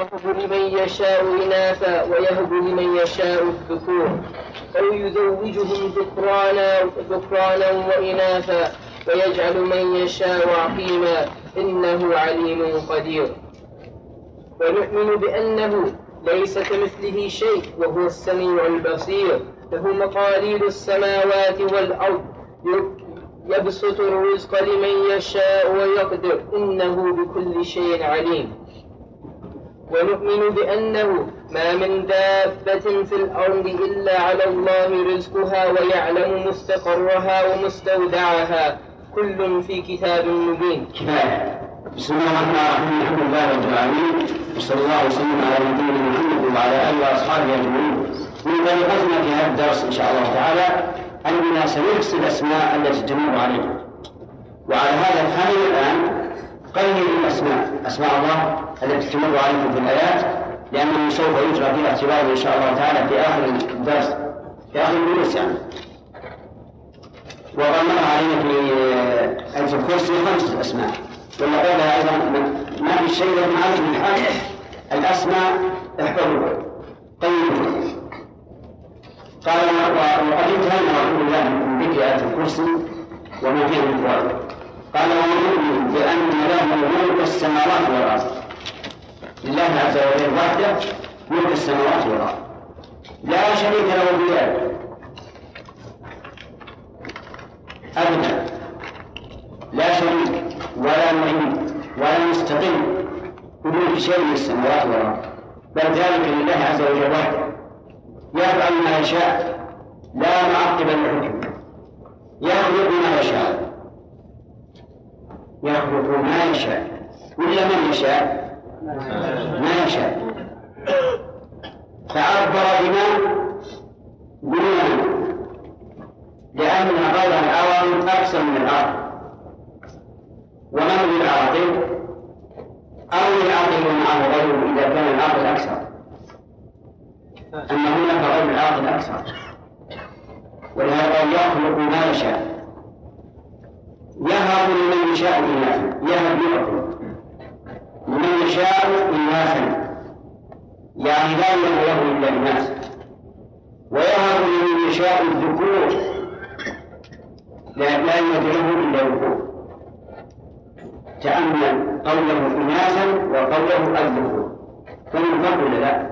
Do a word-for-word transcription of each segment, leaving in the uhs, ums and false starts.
يهب لمن يشاء إناثا ويهب لمن يشاء الذكور أو يزوجهم ذكرانا ذكرانا وإناثا ويجعل من يشاء عقيما إنه عليم قدير. ونؤمن بأنه ليس كمثله شيء وهو السميع البصير، له مقاليد السماوات والأرض، يبسط الرزق لمن يشاء ويقدر إنه بكل شيء عليم. ونؤمن بأنه ما من دابة في الأرض إلا على الله رزقها ويعلم مستقرها ومستودعها كل في كتاب مبين. بسم الله الرحمن الرحيم. الحمد لله رب العالمين، وصلى الله وسلم على نبينا محمد وعلى آله وأصحابه أجمعين. من طريقتنا في هذا الدرس إن شاء الله تعالى أننا سنحصي الأسماء التي تمر علينا، وعلى هذا الحال الآن قيد الأسماء أسماء الله التي تمر عليكم في الآيات، لأنه سوف يجرى فيها اعتبار إن شاء الله تعالى في آخر الدرس في آخر الدروس يعني. ومر علينا في آية الكرسي خمسة أسماء، ونقولها أيضا ما في شيء لكم عليكم من حاجة الأسماء احفظوا قيدوا. قال وقد انتهينا رسول الله من ذكر آية الكرسي وما فيه من فوائد. قال ونؤمن بأن له ملك السماوات والأرض، لله عز وجل وحده ملك السماوات والأرض لا شريك له في ذلك أبدا، لا شريك ولا معين ولا مستقل بملك شيء من السماوات والأرض، بل ذلك لله عز وجل وحده، يفعل ما يشاء لا معقب لحكمه، يخلق ما يشاء يخلق ما يشاء ولا من يشاء ما يشاء. فعبر بما بما لأن غير العوامل أكثر من العقل، ومن للعاقل أو للعاقل ومعه غيره إذا كان العقل أكثر، أن هناك غير العاقل أكثر، ولهذا يخلق ما يشاء. يهب لمن يشاء إناثا، يهب لمن يشاء إناثا يعني لا يهب له إلا إناث، ويهب لمن يشاء الذكور لا يهب له إلا الذكور. تأمل قوله إناثا وقوله الذكور، فمن فرق ولا لا؟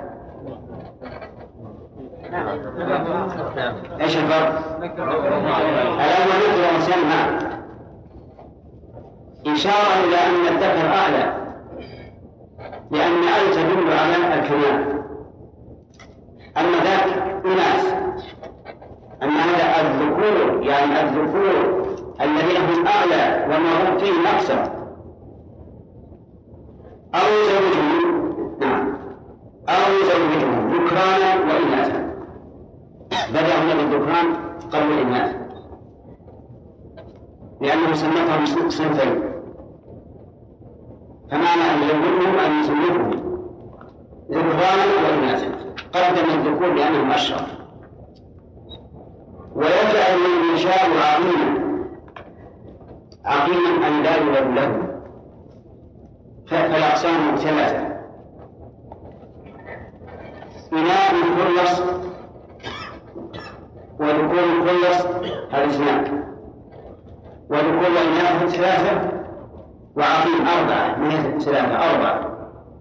ايش الفرق؟ الأول ذكر الإنسان معه إشارة إلى أن الذكر أعلى، لأن أل تدل على الكمال، أما ذاك إناث. أما هذا الذكور يعني الذكور الذين هم أعلى وما هم فيه أكثر. أو يزوجهم نعم أو يزوجهم ذكرانا وإناثا، بدأ هنا بالذكران قبل الإناث لأنه سمتهم صنفين، فمعنى أن يزوجهم أن يسميهم ذكرانا وإناثا، قدم الذكور لأنهم أشرف. ويجعل من يشاء عقيما، عقيما أن لا يولد له، فالأقسام ثلاثة: إناء خلص وذكور خلص هذا اثنان، وذكور وإناء ثلاثة، وعقيم أربعة من ثلاثة أربعة.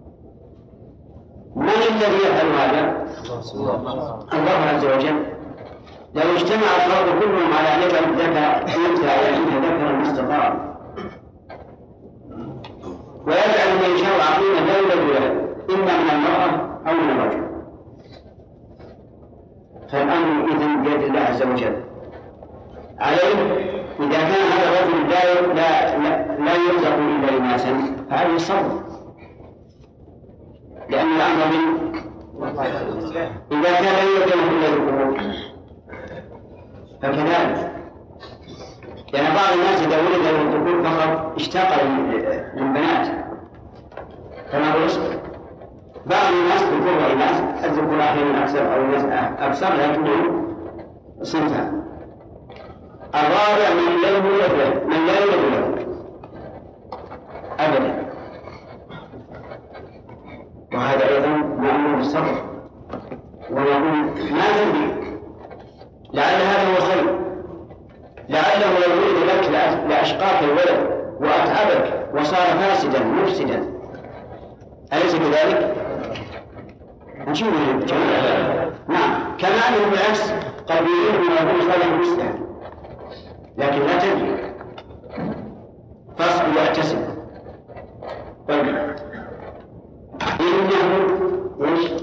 من الذي يفعل هذا؟ الله عز وجل. لو اجتمع الخلق كلهم على أن يجعل الذكر أنثى ويجعل ذكرا مستطاعا، ويجعل من يشاء عقيما لا يولد له إما من المرأة أو من الرجل، فالأمر إذن بيد الله عز وجل. عليه إذا كان هذا الرجل لا لا لا يرزق إلا إناثا فهذا الصبر، لأن الأمر من إذا كان لا يرزق إلا الذكور فكذلك، لأن بعض الناس إذا ولد له الذكور فقط اشتاق للبنات كما هو يصبر. بعض الناس ذكور وإناث، الذكور أحيانا أكثر أو الناس أكثر لكنه صنفان. الرابع من لا يولد له، من لا يولد له أبدا، وهذا أيضا مأمور بالصبر، ونقول ما تدري لعل هذا هو خير، لعله لو ولد لك لأشقاك الولد وأتعبك وصار فاسدا مفسدا، أليس كذلك؟ نشوف نعم، كما أنه بالعكس قد يريد أن يكون صالحا مصلحا، لكن لا تدري، فاصبر واعتصم. طيب إنه إيش؟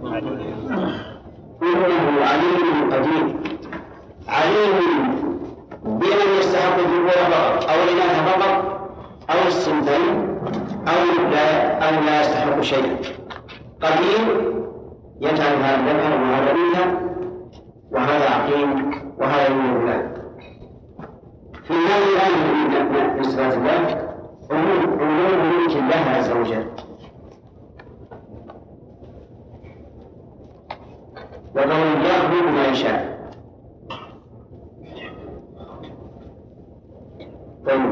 إنه عليم قدير، عليم بمن يستحق الذكور فقط أو الإناث فقط أو الصنفين أو لا أو لا يستحق شيئا. قدير يجعل هذا الذكر وهذا الأنثى، وهذا عقيم وهذا من الله. في هذه الآية من صفات الله عموم ملك الله عز وجل، وقول يخلق ما يشاء. طيب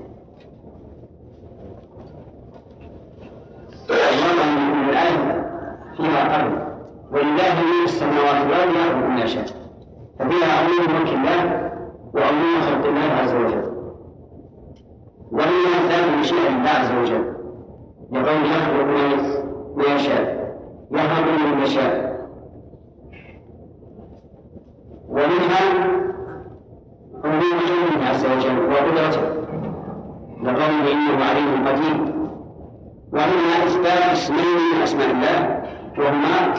الله من الآية فيها قبل ولله ملك السماوات والأرض يخلق ما يشاء، ففيها عموم ملك الله وعموم خلق الله عز وجل، ومنها ثاني مشيئة الله عز وجل يقول يخلق ما يشاء يهب من يشاء، ومنها عموم علمه عز وجل وقدرته لقوله إنه عليم قدير، ومنها إثبات اسمين من أسماء الله وهما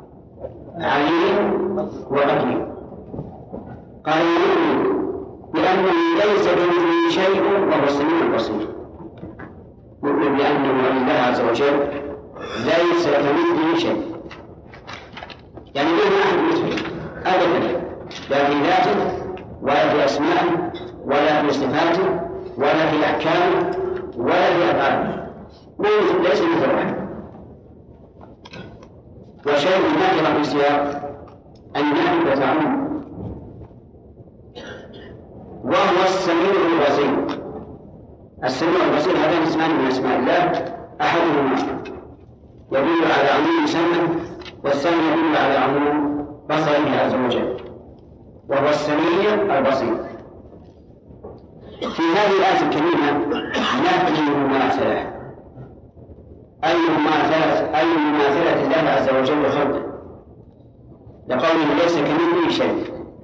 عليم وقدير. قال يؤمن بأنه ليس كمثله شيء وهو السميع البصير، يؤمن بأنه لله عز وجل ليس كمثله شيء، يعني ما أحد مثله أبدا، لا في ذاته ولا في أسمائه ولا في صفاته ولا في أحكامه ولا في أفعاله، ليس مثل واحد. وشيء نكر في سياق النهي وتعم، وهو السميع البصير. السميع البصير هذان اسمان من أسماء الله، أحدهما يدل على عموم سمعه والثاني يدل على عموم بصره عز وجل، وهو السميع البصير. في هذه الآية الكريمة نفي المماثلة، أي مماثلة أي مماثلة الله عز وجل لخلقه، لقوله ليس كمثله شيء.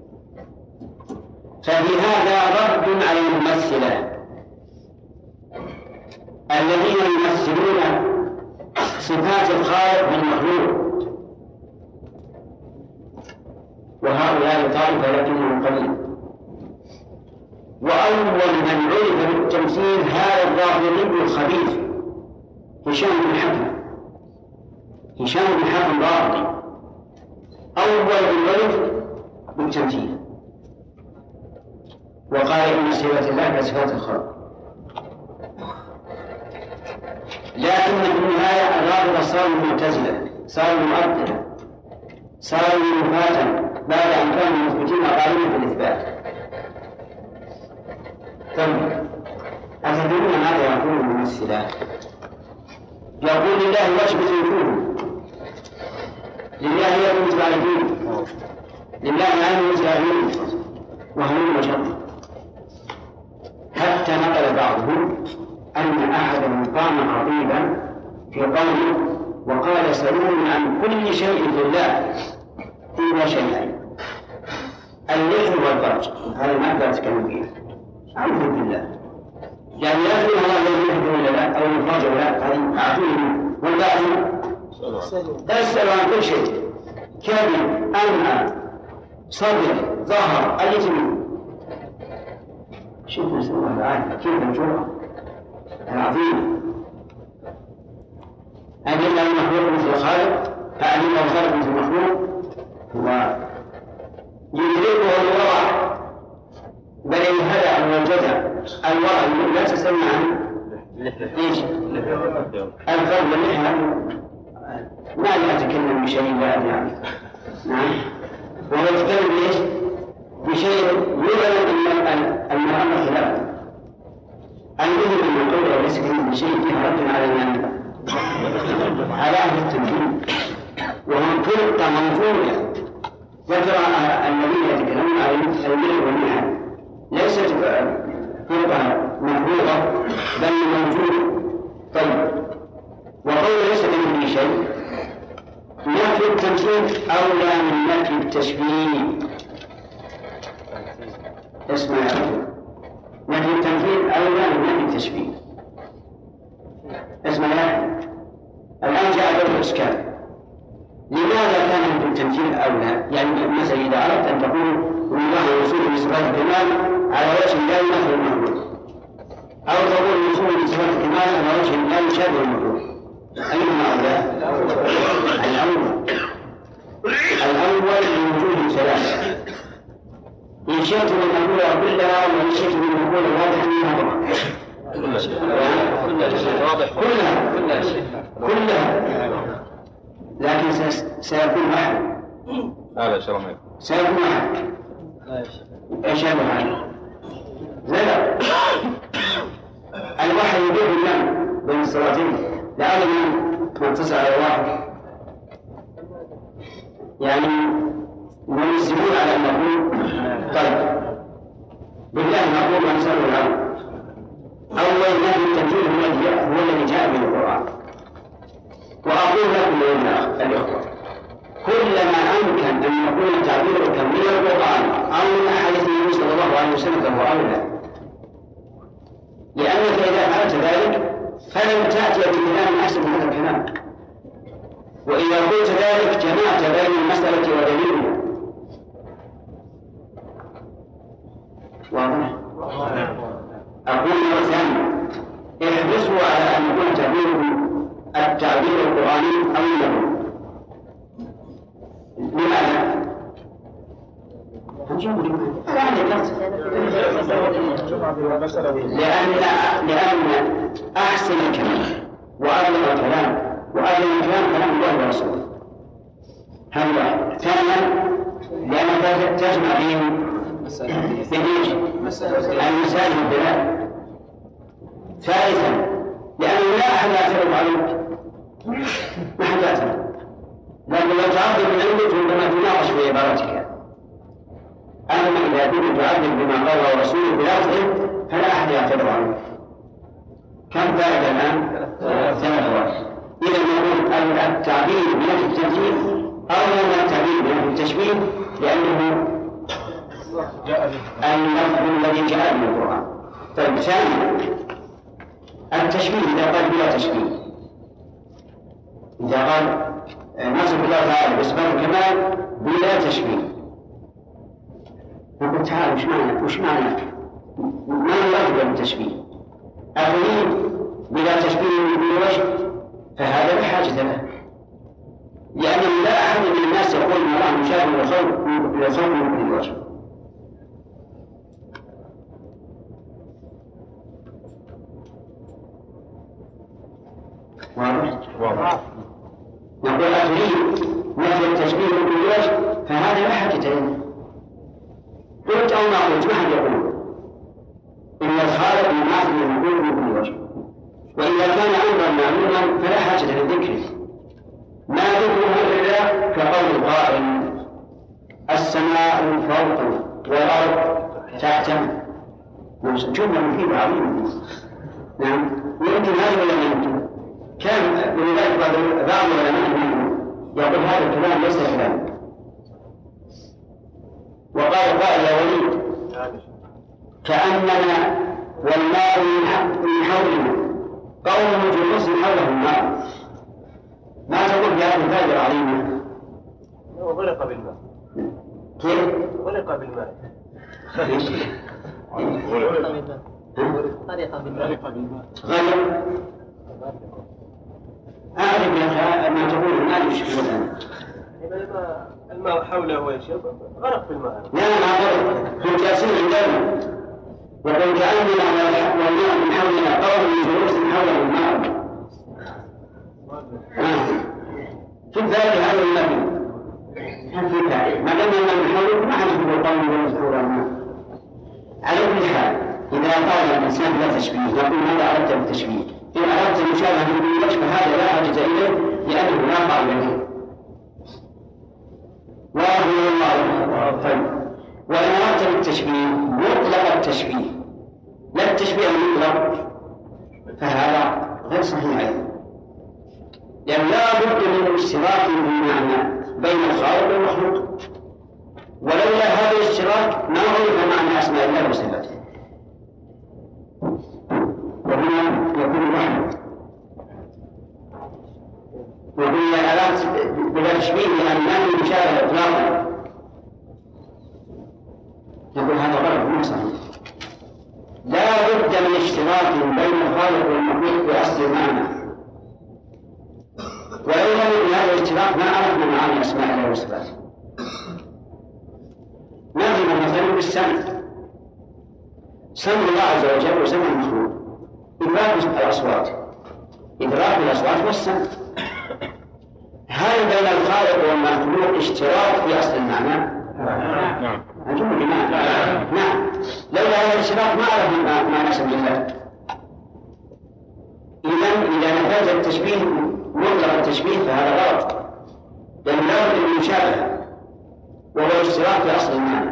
ففي هذا رد على الممثلة الذين يمثلون صفات الخالق بالمخلوق، وهؤلاء طائفة لكنهم قليل. وأول من عرف بالتمثيل هذا الظاهري الخبيث هشام بن حكم، هشام بن حكم ظاهري أول من عرف بالتمثيل، وقال إن صفات الله كصفات الخلق. لكن في النهاية الرافضة صاروا معتزلة، صاروا مؤدبة، صاروا مفاتا بعد أن كانوا مثبتين قائمين في الإثبات. ثم أتدرون ماذا يقول الممثلات؟ يقول لله وجه الوجوه، لله يد مثل أيديهم، لله عين مثل أعينهم، وهلم وجههم. حتى نقل بعضهم أن أحدهم قام خطيبا في قوله وقال سلوم عن كل شيء لله إلا شيئين، اللحم والفرج. هذا ما أقدر أتكلم فيه، أعوذ بالله، يعني لا يقول الله الذي يحب ولا لا أو الفرج ولا لا، هذه أعطيه والباقي أسأل عن كل شيء، كذب أنعى صدر ظهر اليتم. شوف نسأل الله العافية كيف الجرأة العظيمة أن يجعل المخلوق مثل الخالق، فأن يجعل الخالق مثل المخلوق ويدركه الورع بل الهدع والجدع. الورع لا تسمع عنه ايش؟ الفرد واللحى ما لا أتكلم بشيء لا أدري. نعم، وهو يتكلم ليش؟ بشيء يعلم المرأة خلافه، أن يجب أن يقول وليس كلمة بشيء فيها رد على من على أهل التنفيذ وهم فرقة موجودة. ذكر الذين يتكلمون عن الملل والمحن ليست فرقة محفوظة بل موجودة. طيب، وقول ليس كمثله شيء نفي التمثيل أولى من نفي التشبيه. اسمع يا رجل، نفي التمثيل أولى من نفي التشبيه. اسمع يا أخي، الآن جاء له إشكال، لماذا كان نفي التمثيل أولى؟ يعني مثلا إذا أردت أن تقول إن الله يوصف بصفات الكمال على وجه لا يمثل المخلوق، أو تقول يوصف بصفات الكمال على وجه لا يشابه المخلوق، أيهما أولى؟ الأول. الأول لوجود ثلاثة، إن شئت من أقولها كلها وإن شئت من أقول واضحا منها طبعا كلها كلها، لكن سيكون أحد هذا شرمين سيكون أحد يشابه عنه. لا الوحي يبيع اللام بين الصلاتين لعل من اتصل على واحد يعني ويسمون على أن نقول طيب بالله نقول ونسأل العون. أول نفي التنزيل هو الذي جاء به القرآن. وأقول لكم يا الإخوة، كلما أمكن أن يكون تعبيرك من القرآن أو من أحاديث النبي صلى الله عليه وسلم فهو أولى، لأنك إذا فعلت ذلك فلن تأتي بكلام أحسن من هذا الكلام، وإذا قلت ذلك جمعت بين المسألة ودليلها. واضح؟ أقول مرة ثانية، احرصوا على أن يكون تعبير التعبير القرآني أولا. لماذا؟ لأن لأن أحسن الكلام وأبلغ الكلام وأبلغ الكلام كلام الله ورسوله. هذا واحد. ثانيا، لأنك تجمع بين المسائل والدلال. ثالثا، لأنه لا أحد يعترض عليك، ما حد يعترض، لكن لو تعبد من عندك عندما تناقش في عبارتك. أما إذا كنت تعبد بما قال ورسوله بلفظه فلا أحد يعترض عليك. كم فائدة الآن؟ ثلاث واحد. إذا نقول التعبير بنفي التنزيل أو من التعبير بنفي التشبيه، لأنه اللفظ الذي جاء من القرآن. طيب، ثانيا التشبيه إذا قال بلا تشبيه، إذا قال نصف الله تعالى بإثبات الكمال بلا تشبيه، نقول تعالى وش معنى وش معنى ما نريد بالتشبيه؟ أريد بلا تشبيه من كل وجه، فهذا لا حاجة له، لأنه لا أحد من الناس يقول إن الله مشابه للخلق من كل وجه. واضح؟ واضح. نقول أتريد مثل التشبيه من كل وجه، فهذا لا حاجة له. قلت أو ما قلت ما حد يقول إن الخالق مماثل للمقول من كل وجه، وإذا كان أمرا معلوما فلا حاجة للذكر. ما ذكره إلا كقول القائل السماء فوق والأرض تحتنا، جملة مفيدة عظيمة. نعم، يمكن هذا ولا يمكن؟ كان ولذلك بعض العلماء يقول هذا الكلام ليس كلام. وقال قائل يا وليد كأننا والماء من حولنا قوم جلوس حوله الماء، ما تقول بهذه الفائدة العظيمة؟ هو غرق بالماء. كيف؟ غرق بالماء. غرق بالماء. غرق. أعرف يا ما تقول ما يشبه الآن. الماء حوله ويشرب غرق في الماء. لا ما غرق، هم جالسين عندنا وقل كأننا والماء من حولنا قوم جلوس حوله الماء. في ذلك هذا النبي في فائدة، ما دام أن من حوله ما حد يقول قوم جلوس حوله الماء. على كل حال إذا قال الإنسان لا تشبيه نقول ماذا أردت بالتشبيه؟ إن أردت المشابهة من وجه فهذا لا حاجة إليه لأنه لا قائل به. واضح الله. طيب، وإن أردت التشبيه مطلق التشبيه لا التشبيه المطلق فهذا غير صحيح أيضا، لأن لا بد من اشتراك بالمعنى بين الخالق والمخلوق، ولولا هذا الاشتراك ما عرف معنى أسماء الله وصفاته، وهنا يكون وحده. وقلنا أردت بلا تشبيه لأن ما في مشابهة إطلاقا، نقول هذا غلط مو صحيح. لا بد من اشتراك بين الخالق والمخلوق بأصل المعنى، ولولا من هذا الاشتراك ما عرفنا معاني أسماء الله وصفاته. نضرب مثلا بالسمع، سمع الله عز وجل وسمع المخلوق إدراك الأصوات، إدراك الأصوات والسمع. هل بين الخالق والمخلوق اشتراك في أصل المعنى؟ نعم. أجل نعم. نعم. لولا هذا الاشتراك ما عرفنا معنى اسم الله. إذن إذا نفذ التشبيه مطلق التشبيه فهذا غلط، لأن لا بد من المشابهة وهو اشتراك في أصل المعنى.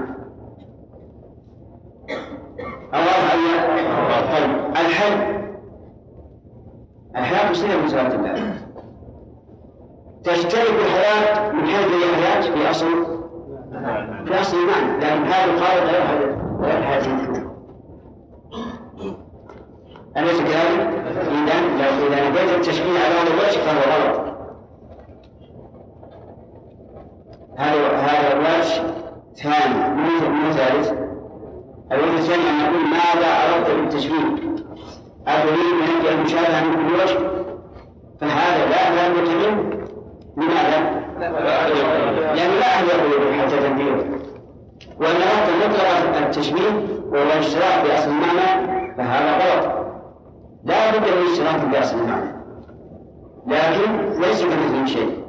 الله أن الحي الحياة صفة من صفات الله، تشترك الحياة من حيث هي حياة في أصل في أصل المعنى، لأن هذا الخالق غير الحياة المخلوق. أليس كذلك؟ إذن لو إذا نبيت التشبيه على هذا الوجه فهو غلط. هذا هذا وجه ثاني. من ثالث الوجه الثاني أن نقول ماذا عرفت بالتشبيه؟ أتريد من أن المشابهة من كل وجه؟ فهذا لا لابد منه. لماذا؟ لأن لا أحد يقول حتى تنبيه. وأن أردت مطلق التشبيه وهو الاشتراك بأصل المعنى فهذا غلط، لا بد من الاشتراك بأصل المعنى، لكن ليس كمثله شيء.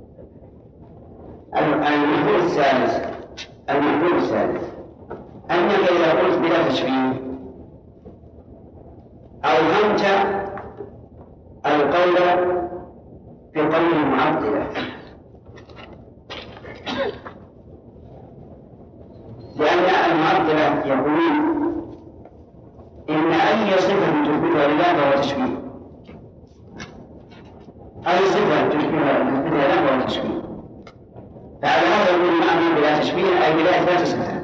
المحور الثالث المحور الثالث أنك إذا قلت بلا تشبيه أوهمت القول في قول المعطلة، لأن المعطلة يقولون إن أي صفة تثبتها لله فهو تشبيه، أي صفة تثبتها لله فهو تشبيه. فعلى هذا يقول معنى بلا تشبيه أي بلا إثبات صفة،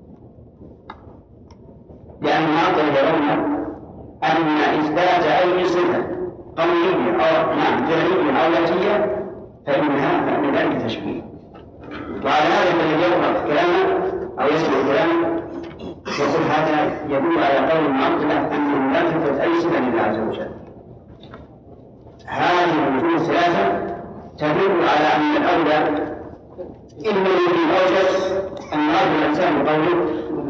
لأن المعطلة يرون أن إثبات أي صفة قولية أو نعم فعلية أو ذاتية فإنها فإن ذلك تشبيه. وعلى هذا الذي يقرأ كلامه أو يسمع كلامه يقول هذا يدل على قول المعطلة أنه لا تثبت أي صفة لله عز وجل. هذه الوجوه الثلاثة تدل على أن الأولى إما الأوجه أن هذا الإنسان قوله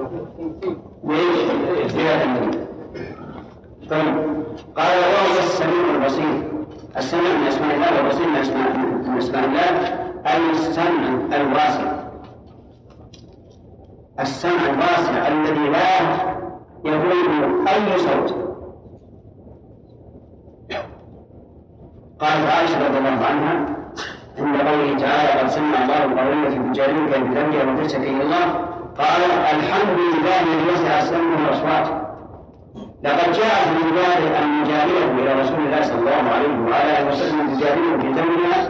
بلا تنبيه. طيب، قال وهو السميع البصير. السميع من أسماء الله والبصير من أسماء من أسماء الله أي السمع الواسع، السمع الواسع الذي لا يغيب أي صوت. قالت عائشة رضي الله عنها عند قوله تعالى قد سمع الله القولية في تجادلك في ذنبها وتشتكي إلى الله قال الحمد لله الذي وسع سمعه الأصوات. لقد جاءت من ذلك المجادلة إلى رسول الله صلى الله عليه وعلى آله وسلم تجادله في ذنبها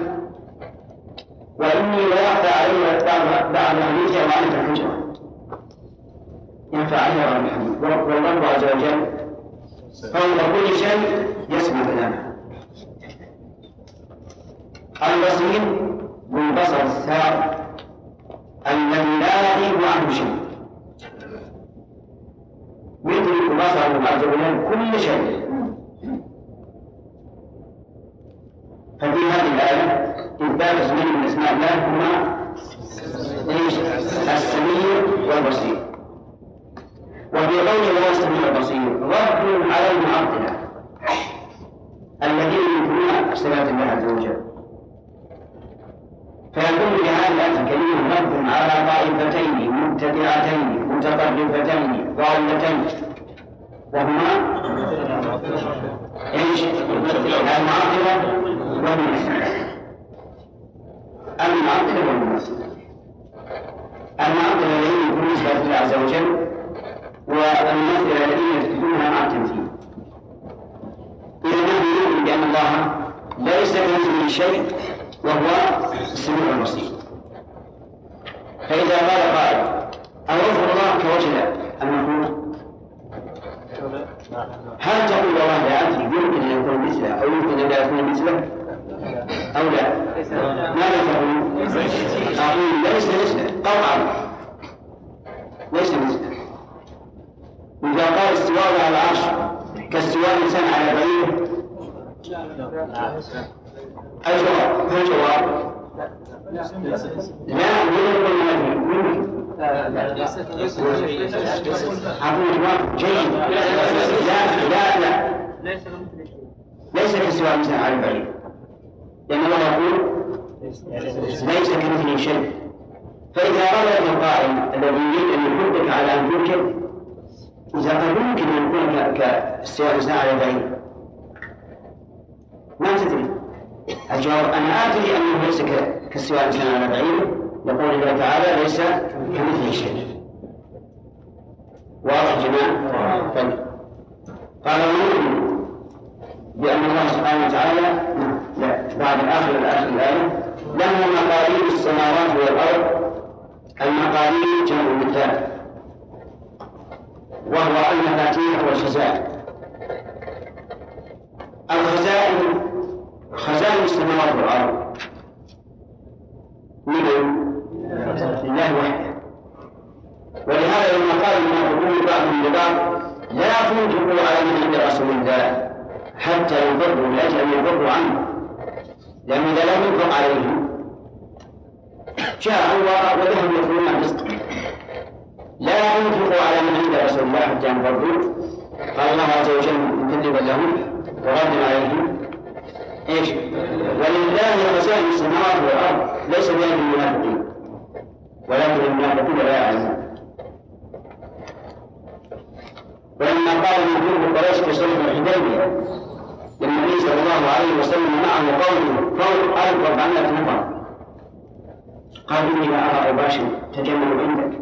وإني لا أخفى علي بعض حديثها وأنا في الحجرة ينفع عليها رب الحمد. والله عز وجل فوق كل شيء يسمع كلامه. البصير بالبصر الثاق الذي لا يغيب عنه شيء، يدرك بصره عز وجل كل شيء. ففي هذه الآية إثبات اسمين من أسماء الله هما السميع والبصير. وفي قوله الله السميع والبصير رد على المعطلة الذين ينكرون صفات الله عز وجل، فيكون بهذه الآية الكريمة رد على طائفتين مبتدعتين متطرفتين ضالتين وهما ايش؟ المعطلة والممثلة. المعطلة والممثلة المعطلة الذين يكون نسبة لله عز وجل، والممثلة الذين يثبتونها مع التمثيل. إذا نحن نؤمن بأن الله ليس كمثله شيء وهو السميع البصير. فإذا قال قائل أوصف الله كوجه المخلوق، هل تقول والله لا أدري يمكن أن يكون مثله أو يمكن أن لا يكون مثله أو لا؟ ماذا تقول؟ أقول ليس مثله قطعا، ليس مثله. إذا قال استواء على العرش كاستواء الإنسان على بعير، الجواب هو الجواب لا يمكن يمكن أقول جواب جيد. لا لا لا ليس كاستواء الإنسان على بعير، لأن الله يقول ليس كمثله شيء. فإذا قال ابن القائل الذي يريد أن يحبك على أن تنكر، إذا قال يمكن أن يكون كاستواء الإنسان على بعير، ما تدري. الجواب أنا أدري أنه ليس كاستواء الإنسان على بعير، يقول الله تعالى ليس كمثله شيء. واضح جماعة؟ طيب. قال نؤمن بأن الله سبحانه وتعالى بعد آخر الآخر الآية له مقاليد السماوات والأرض. المقاليد جمع مثال، وهو المفاتيح والخزائن. الخزائن خزائن السماوات والأرض من الله وحده، ولهذا لما قال المنافقون بعضهم لبعض لا تنفقوا على من عند رسول الله حتى ينفضوا لأجل أن ينفضوا عنه، لأن إذا لم ينفق عليهم جاء الله وذهب يطلبون الرزق. لا ينفقوا على من عند رسول الله حتى ينفضوا. قال الله عز وجل مكذبا لهم وغضب عليهم ايش؟ ولله خزائن السماوات والأرض ليس بيد المنافقين، ولكن المنافقين لا يعلمون. ولما قال المنافقون قريش في صلح الحديبية للنبي صلى الله عليه وسلم معه قوله فوق ألف وأربعمائة نفر، قال إني لا أرى أباشر تجمل عندك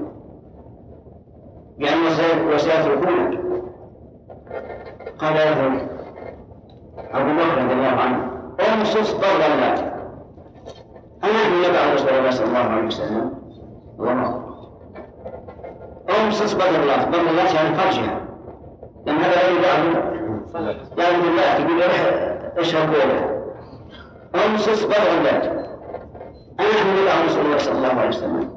لأنه وسيتركونك. قال له أبو بكر رضي الله عنه أمسس ضر الله، أنا نبع رسول الله صلى الله عليه وسلم وما أمسس ضر الله. ضر الله يعني فرجها، لأن هذا لا يدعه يعني الله تقول له اشرب له. أمسس ضر الله، أنا نبع رسول الله صلى الله عليه وسلم.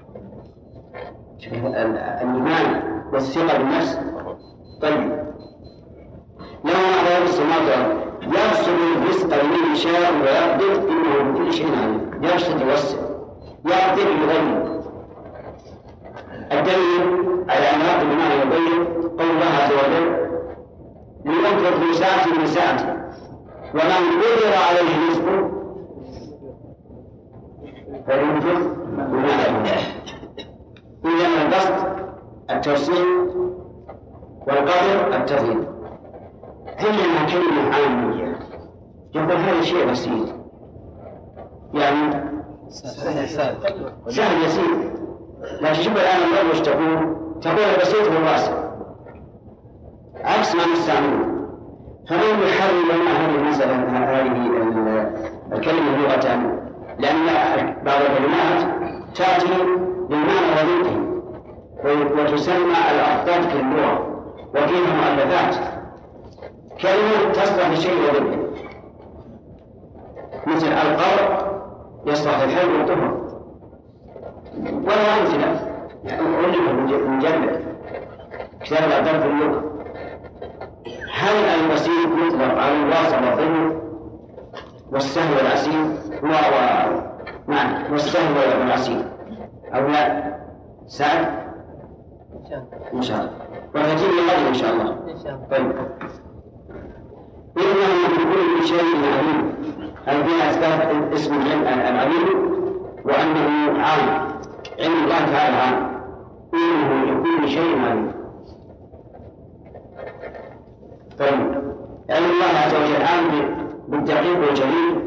الإيمان والثقة بالنفس. طيب له على السماوات يبسط الرزق لمن يشاء ويقدر إنه بكل شيء عليم. يبسط يوسع يقدر يغير. الدليل على أن يقدر بما يغير قول الله عز وجل لينفق ذو ساعة من ساعته ومن قدر عليه رزقه فلينفق بما يغير. إذا البسط التوسيع والقدر التضييق. هي كلمة عامية يقول هذا شيء بسيط، يعني سهل يسير. لكن شوف الآن الله وش تقول؟ تقول بسيط والواسع عكس ما نستعمله. فمن يحرر لنا هذه المسألة هذه الكلمة لغة، لأن بعض الكلمات تأتي بالمعنى الوظيفي وتسمى الأخطاء في اللغة وفيها مؤلفات. كلمة تصلح لشيء وضده، مثل القرء يصلح للحيض والطهر، ولا أمثلة أعلمها مجلد كتاب الأدب في اللغة. هل البسيط يطلق على الواسع والظهر والسهل والعسير و نعم والسهل والعسير أو لا؟ سعد إن شاء الله وفتيل الله إن شاء الله. طيب إنه بكل شيء عليم، هل فيها إثبات اسم العليم وأنه عام، علم الله تعالى عام، إنه بكل شيء عليم. طيب علم الله عز وجل عام بالدقيق والجليل.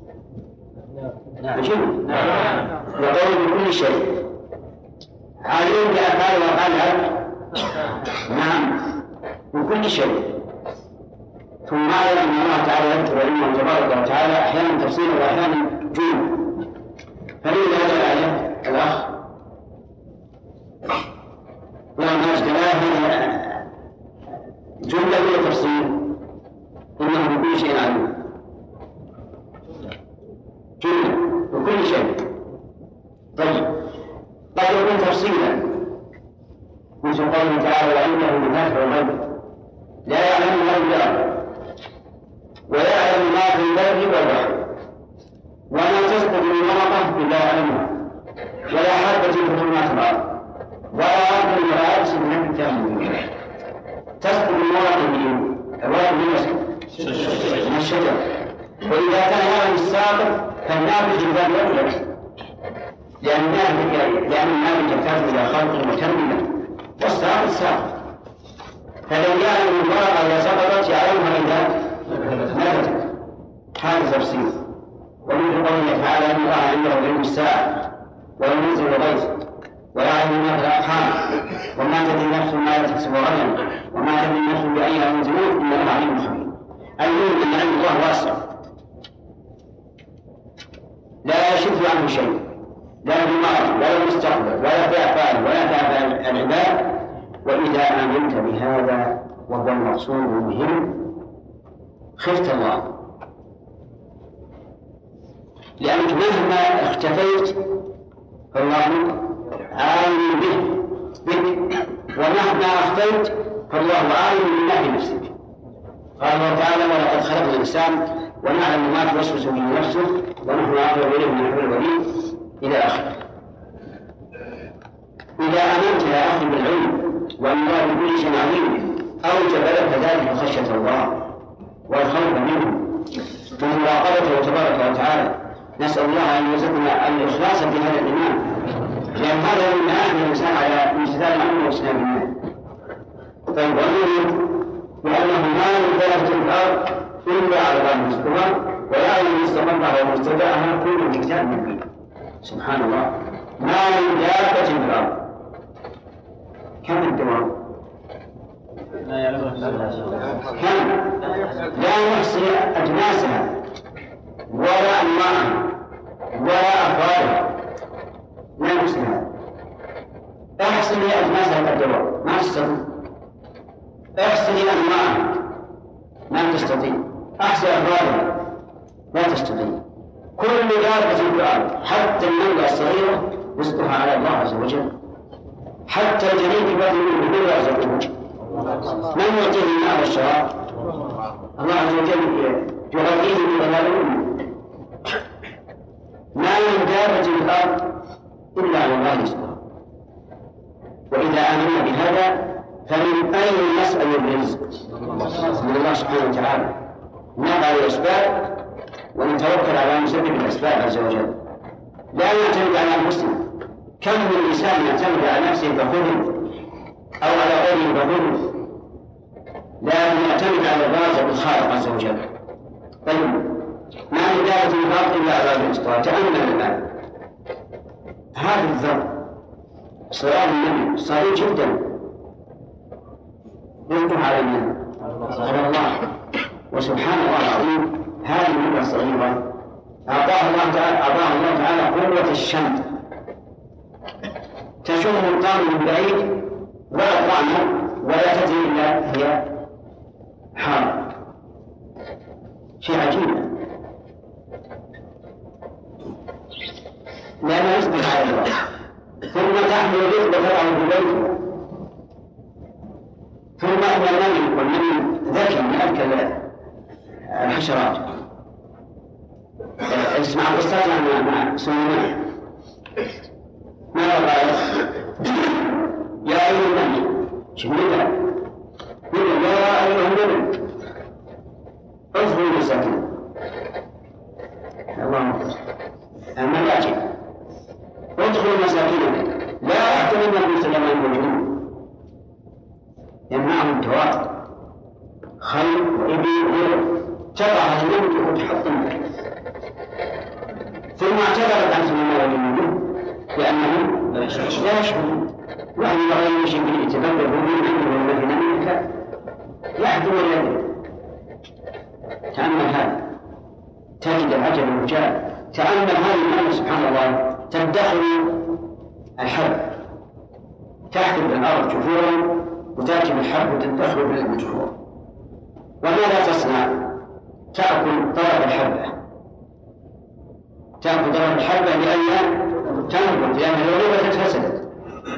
نعم وقول بكل شيء، عليم بأفعال وأفعال العبد. نعم بكل شيء. ثم أعلم أن الله تعالى يذكر علمه تبارك وتعالى أحيانا تفصيلا وأحيانا جملة. فلذا هذا الآية الأخ وما اجتناه جملة من تفصيل إنه بكل شيء عليم. جملة بكل شيء. طيب قد يكون تفصيلا مثل قوله تعالى وعنده مفاتح الغيب لا يعلم ما البر ويعلم ما في البر والبحر وما تسقط من ورقة إلا يعلمها ولا حبة في ظلمات الأرض ولا رب العرش من كتاب تسقط من ورقة من الورق من الشجر. وإذا كان هذا الساقط فالنابت الباب يغلق لأن النابت يحتاج إلى خلق وترميم والساقط ساقط. فلو يعلم الورقة إذا سقطت يعلمها إذا نبتت. هذا تفسير. ومن قوله تعالى ان الله عنده علم الساعه وينزل الغيث ويعلم ما في الارحام وما تدري نفس ما تكسب غدا وما تدري نفس باي ارض تموت ان الله عليم خبير. المهم ان علم الله واسع لا يشف عنه شيء، لا في الماضي ولا المستقبل ولا في افعال ولا في افعال العباد. واذا امنت بهذا وهو المقصود المهم خفت الله، لأنك مهما اختفيت فالله عالم به بك ومهما أخفيت فالله عالم بما في نفسك. قال الله تعالى ولقد خلقنا الإنسان ونعلم ما توسوس به نفسه ونحن أقرب إليه من حبل الوريد إلى آخره. إذا آمنت يا أخي بالعلم وأن الله بكل شيء عليم أوجب لك ذلك خشية الله والخوف منه ومراقبته تبارك وتعالى. نسأل الله أن يرزقنا الإخلاص في هذا الإيمان، لأن هذا من أحد الإنسان على امتثال الأمر والإسلام بالله. طيب وأنه بأنه ما ينزل في الأرض إلا على الله مستوى ويعلم مستقبلها ومستودعها كل كتاب مبين. سبحان الله. ما من دابة في الأرض كم الدوام؟ كم؟ لا نحصي أجناسها ولا أنواعها ولا أفرادها، لا نحصيها. احصي أجناسها كالدواب ما تستطيع، احصي أنواعها ما تستطيع، احصي أفرادها لا تستطيع. كل دابة في الأرض حتى النملة الصغيرة رزقها على الله عز وجل، حتى الجنين في بطن الأم لا يرزقه. من يعطيه الماء والشراب؟ الله عز وجل يغذيه من غذاء الأم. ما من دابة في الأرض إلا على الله رزقها. وإذا آمنا بهذا فمن أين نسأل الرزق؟ من الله سبحانه وتعالى. نضع الأسباب ونتوكل على مسبب الأسباب عز وجل، لا نعتمد على أنفسنا. كم من إنسان يعتمد على نفسه فخذ أو على غيره فخذ، لا يعتمد على الرازق الخالق عز وجل. طيب ما من دابة في الأرض إلا على الله رزقها. تأمل الآن هذا الذر صراط النبي صغير جدا رزقه على من؟ على الله. وسبحان الله العظيم هذه النعمة الصغيرة أعطاها الله تعالى أعطاها الله تعالى قوة الشمس تشم القام من بعيد ولا طعمه ولا تدري إلا هي حار. شيء عجيب. لأنه يصبر على الله. ثم تحمل الرزق وتضعه في بيته. ثم إن النبي والنبي ذكي من أذكى الحشرات. اسمع قصة مع سليمان ماذا قال؟ يا أيها النبي شو ماذا؟ يقول يا أيها النبي ادخلوا المساكين. اللهم أما يأتي ادخلوا المساكين لا يحتملن سليمان والجنود يمنعهم التواتر خيل وإبل لأنه لا يشعر وأن يغير شيء يتبدل من عنده والذين منك يحدو ولا يدري. تأمل هذا تجد العجب الرجال. تأمل هذه الأمة سبحان الله تدخل الحب تحكم بالأرض جفورا وتأتي بالحب وتدخل بالجفور. وماذا تصنع؟ تأكل طرف الحبة تأكل طرف الحبة لأنها تنبت لأنها لو نبتت فسدت.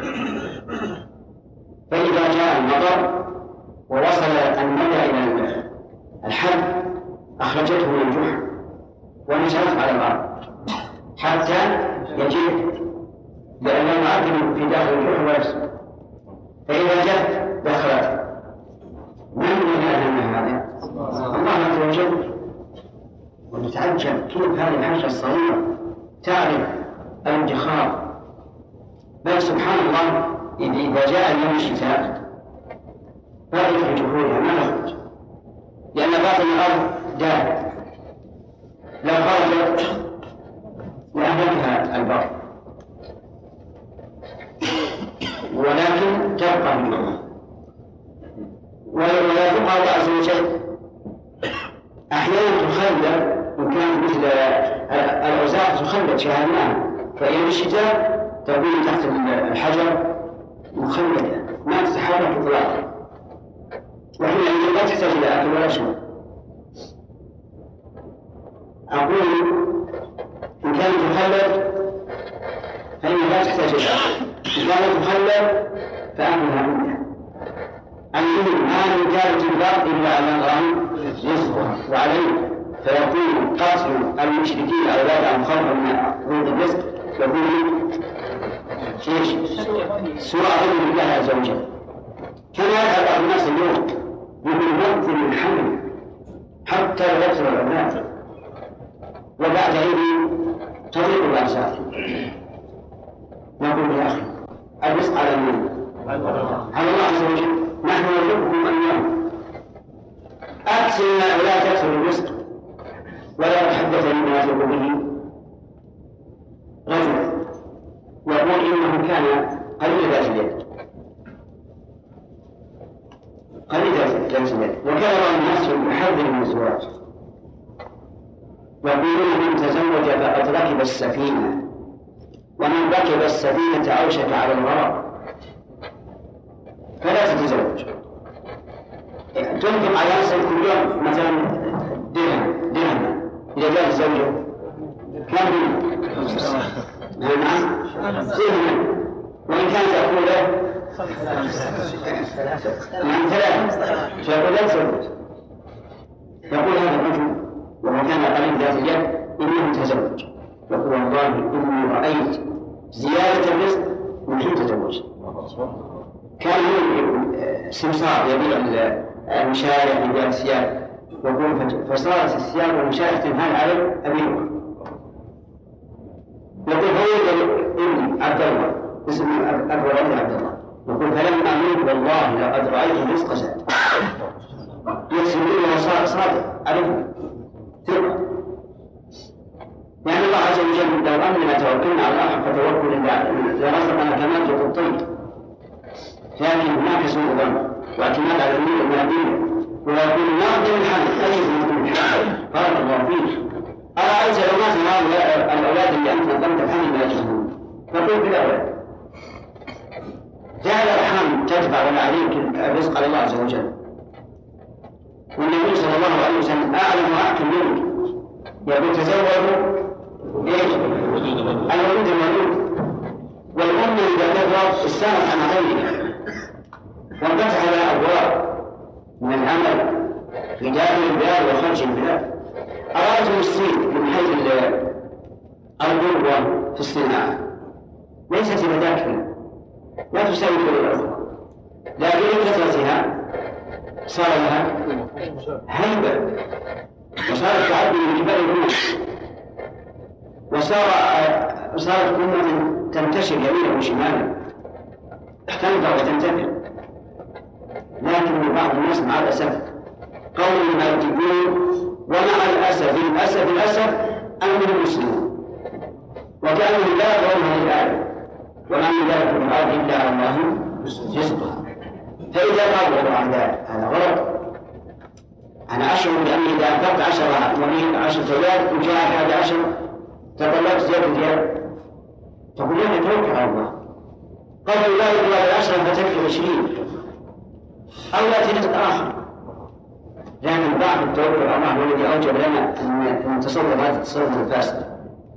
فإذا جاء المطر ووصل الماء إلى الحب أخرجته من الجحر ونشرت على الأرض حتى يجد لأن المعدن في داخل الجحر ويفسد. فإذا جاء دخلت من من هذا؟ الله عز وجل. ونتعجب كيف هذه الحشرة الصغيرة تعرف الانتخاب. بل سبحان الله إذا جاء يوم الشتاء بقيت في جحورها ما تخرج لأن باطن الأرض دار. لو خرجت لأهلكها البر ولكن تبقى في جحورها. ولا يبقى الله عز وجل أحيانا تخلد وكان مثل الأوزاع تخلد شاهدناها. فإن الشتاء تكون تحت الحجر مخلدة ما تتحرك إطلاقا وحينئذ لا تحتاج إلى أكل ولا شرب. أقول إن كانت تخلد فإنها لا تحتاج إلى أكل. إن كانت تخلد فأكلها منها. المهم ما من كانت الباب إلا على الله رزقها وعليه. فيكون قتل المشركين أولادهم خوفا من عروض الرزق يكون سوء ظن بالله عز وجل. كان يذهب بعض الناس اليوم يقول ينزل من الحمل حتى يبصر الأولاد وبعد عيد تضيق الأنساب. نقول يا أخي الرزق على من؟ على الله عز وجل. نحن نرزقكم أيام أكثر من أولاد تكثر الرزق ولا يتحدث مما يثق به رجل يقول إنه كان قليل ذات اليد قليل ذات اليد وكان بعض الناس يحذر من الزواج يقولون من تزوج فقد ركب السفينة ومن ركب السفينة أوشك على الغرق فلا تتزوج. تنفق على نفسك كل يوم مثلا درهم درهم إذا جاء الزوجة كم نعم زين. وإن كان تقول له من ثلاثة فيقول لا تزوج. يقول هذا الرجل وهو كان قليل ذات اليد إنه تزوج يقول والله إني رأيت زيادة الرزق من حين تزوج. كان سمسار يبيع المشارع يبيع الثياب يقول فصارت الثياب والمشارع تنهال على أبيعها. يقول هو ابني عبد الله اسم أبو ولد عبد الله يقول فلما أمين والله لقد رأيت الرزق زاد يقسم لي وصار صادق عليه ثقة. يعني الله عز وجل لو أننا توكلنا على الله حق توكل لرزقنا كما في الطيب. لكن هناك سوء ظن واعتماد على الأمور المادية ويقول ما أقدر الحال أجد من الحال بارك الله فيك. أرأيت لو مات الأولاد اللي أنت نظمت الحمل ما يجهزون نقول بالأولاد جعل الأرحام تتبع ولا عليك الرزق على الله عز وجل. والنبي صلى الله عليه وسلم أعلم وأحكم منك يقول تزوجوا إيش؟ الولود الولود. والأم إذا كبرت استانت عن غيرها وانفتح لها أبواب من العمل في داخل البلاد وخارج البلاد. أرادوا الصين من حيث القوة في الصناعة ليست بذاكرة لا تساوي كل الأخرى لكن لكثرتها صار لها هيبة وصارت تعدي من جبال الروس وصار صارت أمة تنتشر يمينا وشمالا تنفع وتنتفع. لكن بعض الناس مع الأسف قوم ما يجبون ومع الأسف الأسف الأسف أنهم مسلمون وكأنهم لا يرون هذه الآية وما من ذلك في الأرض إلا على الله رزقها. فإذا قال الله هذا غلط، أنا أشعر بأني إذا أنفقت عشرة ونيت عشر زوجات وجاء أحد عشر تطلبت زيادة زيادة، تقول لنا توكل على الله. قبل لا يطلب العشرة فتكفي عشرين أو يأتي رزق آخر. لأن بعض التوكل على الله هو الذي أوجب لنا أن نتصور هذا التصرف الفاسد.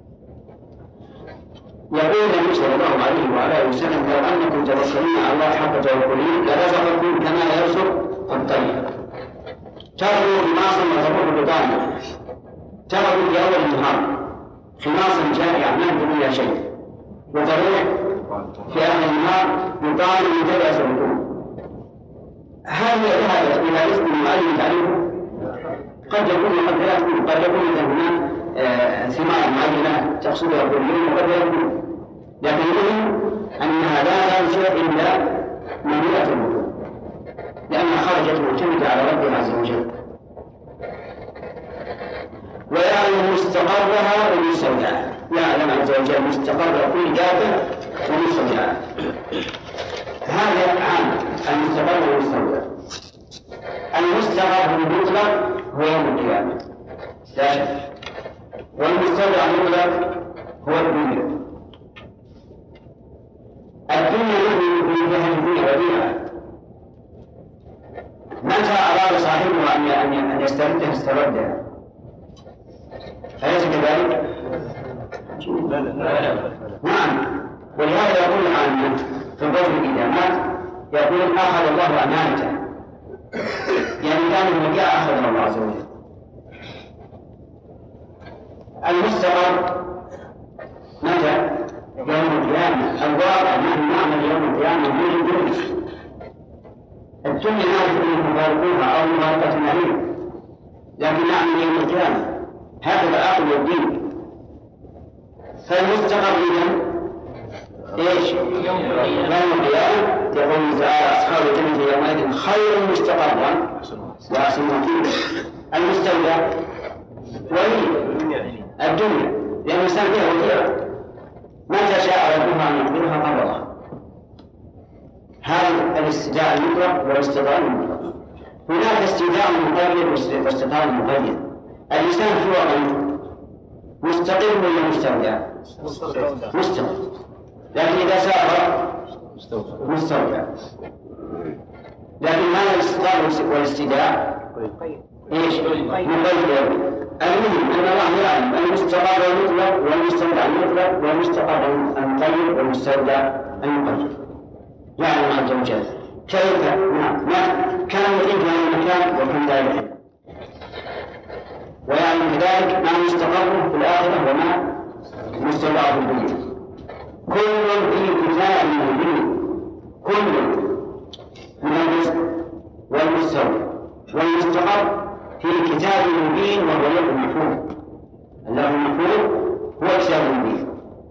يقول النبي صلى الله عليه وعلى آله وسلم: لو أنكم توكلون على الله حق توكله لرزقكم كما يرزق الطير، تغدو خماصا وتروح بطانا، تغدو في أول النهار خماصا جائعا ما يمكن إلا شيء، وتروح في آخر النهار بطانا متبعة البطون. هل هذا إلى رزق معين تعرفه؟ قد يكون قد لا يكون، قد يكون هناك ثمار معينة تقصدها كل يوم وقد لا يكون، لكن المهم أنها لا تنشأ إلا مملوءة البطون، لأنها خرجت معتمدة على ربها عز وجل. ويعلم مستقرها ومستودعها، يعلم عز وجل مستقر كل دابة ومستودعها. هذا عام المستقر والمستودع. المستقر المطلق هو يوم القيامة لا شك، والمستودع المطلق هو الدنيا. الدنيا يؤمن بها الدنيا وديعة، متى أراد صاحبها أن يستردها استردها، أليس كذلك؟ نعم. ولهذا يقول عنه في الرجل إذا مات يقول: أخذ الله أمانته، يعني كان المبيع أخذ الله عز وجل. المستقر متى؟ يوم القيامة. الواقع نحن نعمل يوم القيامة من الدنيا. الدنيا نعرف أن مفارقوها أو مفارقة نعيم، لكن نعمل يوم القيامة. هكذا العقل والدين. فالمستقر إذن إيش؟ يوم القيامة. يقول تعالى: أصحاب الجنة يومئذ خير مستقرا وأحسن مقيلا. المستودع ولي الدنيا، لأن الإنسان فيها وديعة، متى شاء ربها أن يقبلها قبلها. هذا الاستداء المطلق والاستداء المطلق. هناك استداء مقيد واستداء مقيد. الإنسان في وضع مستقر ولا مستودع؟ مستقر. لكن إذا سافر مستودع. لكن ماذا الاستقرار والاستداء؟ ايش؟ مقيد. المهم أن الله يعلم المستقر المطلق والمستودع المطلق والمستقر المقيد والمستودع المقيد. يعلم عز وجل كيف نعم كان يقيم في هذا المكان وكان لا يقيم، ويعلم كذلك ما مستقره في الآخرة وما مستودعه في الدنيا. كل في كتاب مبين، كل من الرزق والمستودع والمستقر في كتاب مبين، وهو اللوح المحفوظ. اللوح المحفوظ هو كتاب مبين،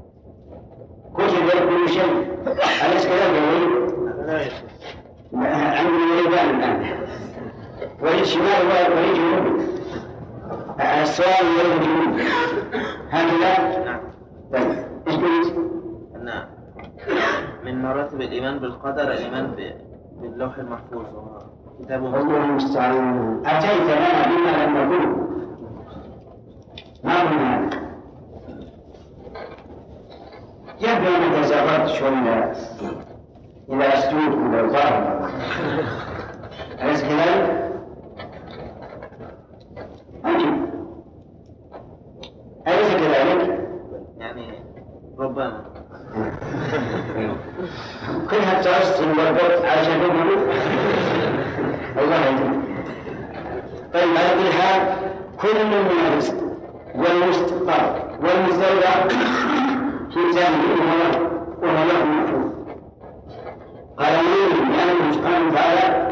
كتب كل شيء. أليس كذلك يا وليد؟ عندنا وليدان الآن، وليد شمال وليد جنوب. السؤال وليد جنوب هكذا؟ نعم. طيب ايش قلت؟ نعم. من مراتب الإيمان بالقدر الإيمان باللوح المحفوظ كتابه الله المستعان. أتيت لنا بما لم نقله، ما قلنا هذا. يبدو أنك تزاورت شوية إلى أسلوب إلى الظاهر، أليس كذلك؟ عجيب، أليس كذلك؟ يعني ربما كلها ترسل والبط عشان يقولوا الله يجزيك. طيب على كل حال كل من الرزق والمستقر والمستودع في كتاب الله وهو له محفوظ. قال مين لأنه سبحانه وتعالى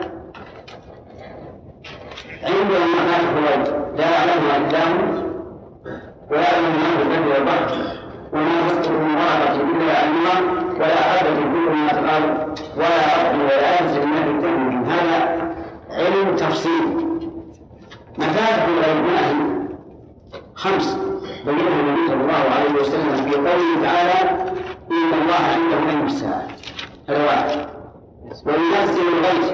عنده مفاتيح الغيب لا يعلمها إلا هو، ويعلم ما في البر والبحر وما تسقط من ورقة إلا يعلمها، ولا حبة في ظلمات الأرض ولا رطب ولا يابس إلا في كتاب مبين. هذا علم تفصيل. مفاتيح الغيب ما هي؟ خمس بينها النبي صلى الله عليه وسلم في قوله تعالى: إن الله عنده علم الساعة، هذا واحد. وينزل الغيث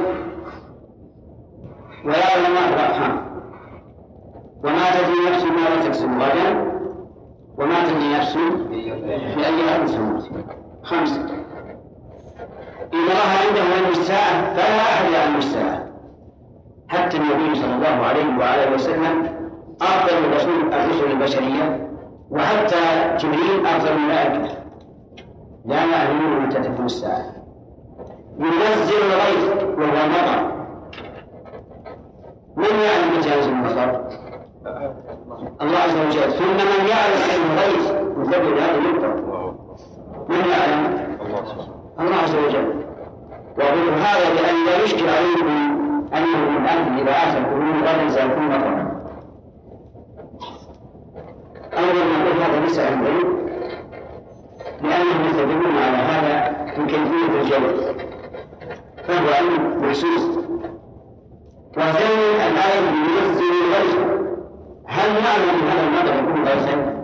ويعلم ما في الأرحام وما تدري نفس ماذا تكسب غدا وما تدري نفس بأي أرض تموت. خمسة. إن الله عنده علم الساعة فلا أحد يعلم الساعة، حتى النبي صلى الله عليه وعلى وسلم أفضل الرسول الرسل البشرية، وحتى جبريل أفضل الملائكة لا يعلمون متى تكون الساعة. ينزل الغيث وهو المطر، من يعلم متى ينزل المطر؟ الله عز وجل. ثم من يعلم علم الغيث يثبت هذا المطر، من يعلم؟ الله عز وجل. وأقول هذا لأن لا يشكل عليكم أنه الآن إذا أتى القرون غدا سيكون مطرا. أولا نقول هذا ليس عن غيب، لأنهم يستدلون على هذا في كيفية الجو، فهو علم محسوس. وثانيا الآية ينزل الغيث، هل نعلم أن هذا المطر يكون غيثا؟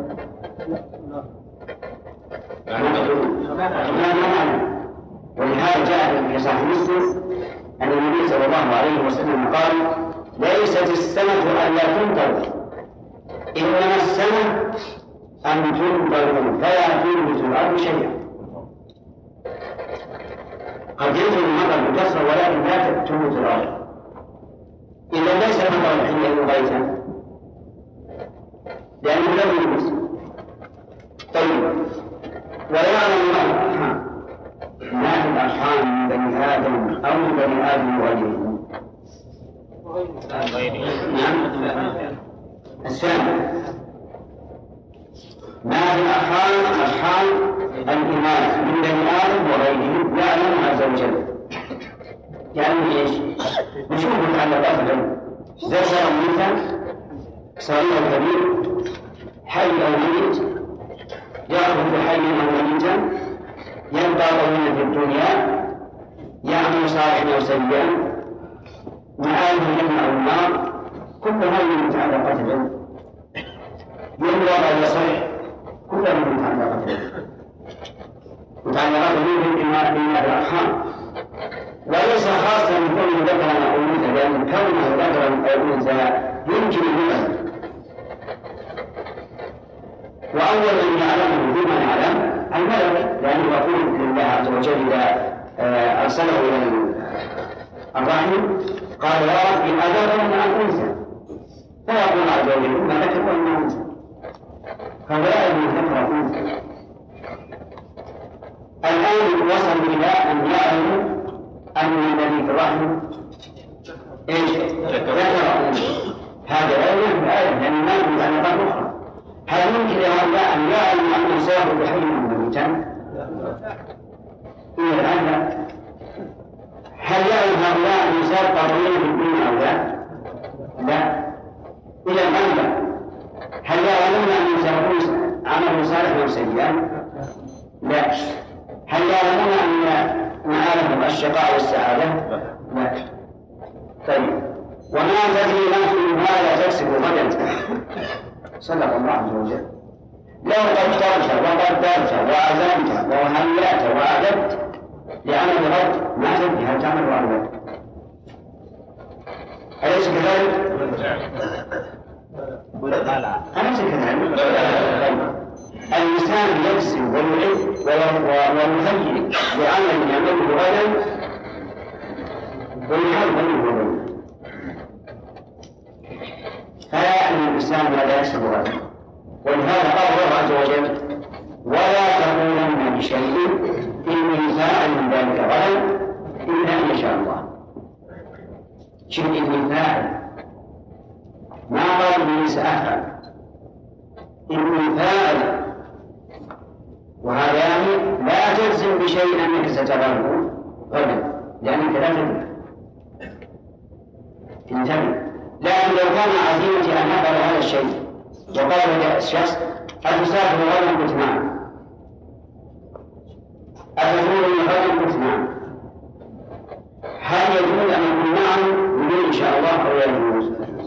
لا نعلم. ولهذا جاء في صحيح مسلم أن النبي صلى الله عليه وسلم قال: ليست السنة أن لا تمطر، إنما السنة أن تمطر فلا تنبت الأرض شيئا. قد ينزل المطر بكثرة ولكن لا تنبت الأرض، إذا ليس المطر حينئذ غيثا لأنه لم ينبت. طيب، ويعلم الله ما في الأرحام من بني آدم أو من بني آدم وغيرهم. نعم. الثاني ما في الأرحام أرحام الإناث من بني آدم وغيرهم يعلم عز وجل. يعني إيش؟ نشوف متعلقات العلم، ذكر مثل صغير كبير، حي أو ميت، يأخذ حيا أو ميتا، يبقى طويلا في الدنيا، يعمل صالحا أو سيئا، معاله الجنة أو النار، كل هذه متعلقات العلم. يمرض أو يصح، كلها متعلقات العلم. متعلقات العلم بما في الأرحام، وليس خاصة من كونه ذكرا أو أنثى، لأن كونه ذكرا أو أنثى يمكن أن وأول من يعلمه بما يعلم الملك، لأنه يقول لله عز وجل إذا أرسله إلى الرحم قال: يا رب إن أذكر أم أنثى، فيقول عز وجل: ما ذكر وإن أنثى، فهو يعلم من ذكر أنثى. الآن وصل إلى أن يعلم أن الذي في الرحم إيش؟ ذكر أنثى. هذا لا يوجد آية، لأن ما يوجد متعلقات أخرى. هل يمكن لهؤلاء أن يعلموا أن سيأخذ بحي من الميتان؟ إلى الآن لا. هل يعلم هؤلاء أن سيبقى طويلا في الدنيا أو لا؟ لا. إلى الآن لا. هل يعلمون أن سيكون عمل صالح أو سيئا؟ لا. هل يعلمون أن مآلهم الشقاء والسعادة؟ لا. طيب، وما تدري نفس ماذا تكسب غدا؟ صدق الله عز وجل. لو قدرت وقدرت وعزمت وهيأت وأعددت لعمل غد ما تدري هل تعمل أو لا. أليس كذلك؟ أليس كذلك؟ الإنسان يكسب ويعد ويهيئ لعمل يعمله غدا ويحاول منه غدا، فلا يعلم الإنسان ماذا يكسب غدا. ولهذا قال الله عز وجل: ولا تقولن لشيء إني فاعل من ذلك غدا إلا إن شاء الله. شيء إني فاعل، ما قال إني سأفعل، إني فاعل. وهذا يعني لا تجزم بشيء أنك ستفعله غدا، لأنك لا تدري. انتبه. لكن لو كان عزيمتي أن أفعل هذا الشيء وقال لي الشخص: أتسافر غدا؟ قلت نعم. أتزورني غدا؟ قلت نعم. هل يجوز أن يقول نعم بدون إن شاء الله أو لا يجوز؟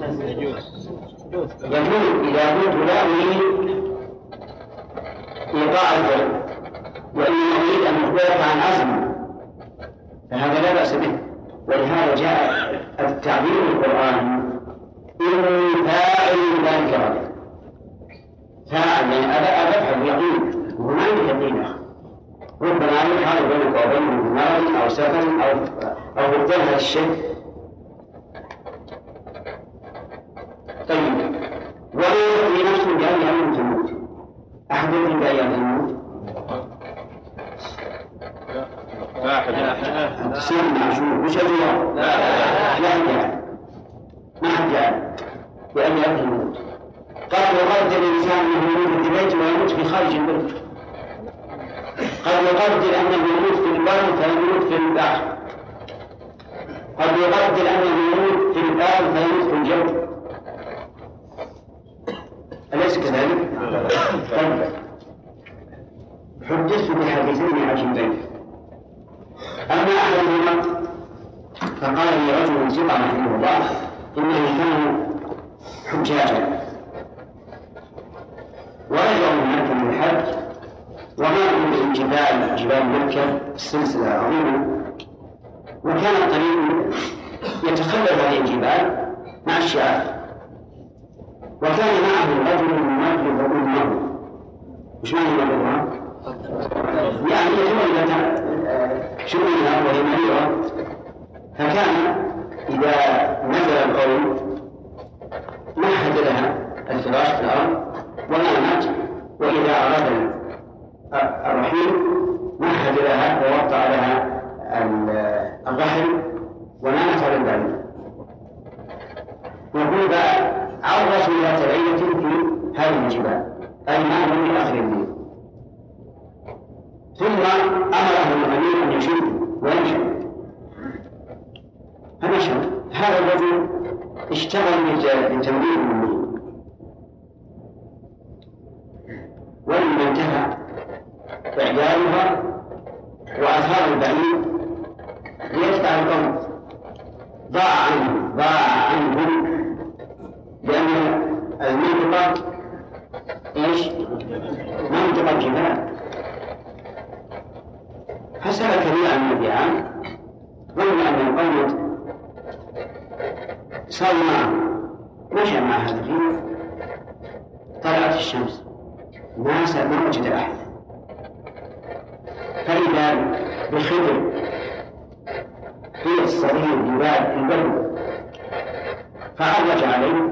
يجوز إذا قلت لا أريد إيقاع الفعل وإن أريد أخبرك عن عزم فهذا لا بأس به، ولهذا جاء التعبير القرآني إني فاعل ذلك غدا. فاعل يعني أبحث يقين، وهو ما عنده يقين آخر، ربما يحال بينك وبينه مرض أو سفر أو أو بالظهر هذا الشيء. طيب، ولا يقضي نفسه بأي يوم تموت. أحد يقضي بأي يوم تموت؟ تصير معشور وش الجواب؟ لا لا ما حد يعلم بأي يوم تموت. قد يقدر الإنسان أنه يموت في بيته ويموت في خارج البيت، قد يقدر أنه يموت في البر فيموت في البحر، قد يقدر أنه يموت في الآب فيموت في الجو، أليس كذلك؟ طيب، حدثت بحديثين عجيبين. أما أحدهما فقال لي رجل ثقة رحمه الله إنه كان حجاجا ورجعوا من مكة من الحج ومروا من جبال جبال مكة السلسلة العظيمة، وكان الطريق يتخلف هذه الجبال مع الشعاب، وكان معه رجل يمرض أمه. وش معنى يمرضها؟ يعني يتولد شؤونها وهي مريضة، فكان إذا نزل القوم مهد لها الفراش في الأرض ونامت، وإذا أراد الرحيل مهد لها ووضع لها الرحل ونامت على البعير. وهو عرض ذات ليلة في هذه الجبال أي ما هو من آخر الليل، ثم أمره الأمير أن يشد وينشد فنشد. هذا الرجل اشتغل بتمرير المسلم، ولما انتهى إعدادها وأثار البعير ليتبع القوم ضاع عنه ضاع عنهم لأن المنطقة إيش؟ منطقة جبال. فسلك لي عن المبيعان ظن أن القوم صار معه، مشى مع هذا الريف. طلعت الشمس ما ما وجد أحد، فإذا بخضر في الصغير جبال البر، فعرج عليه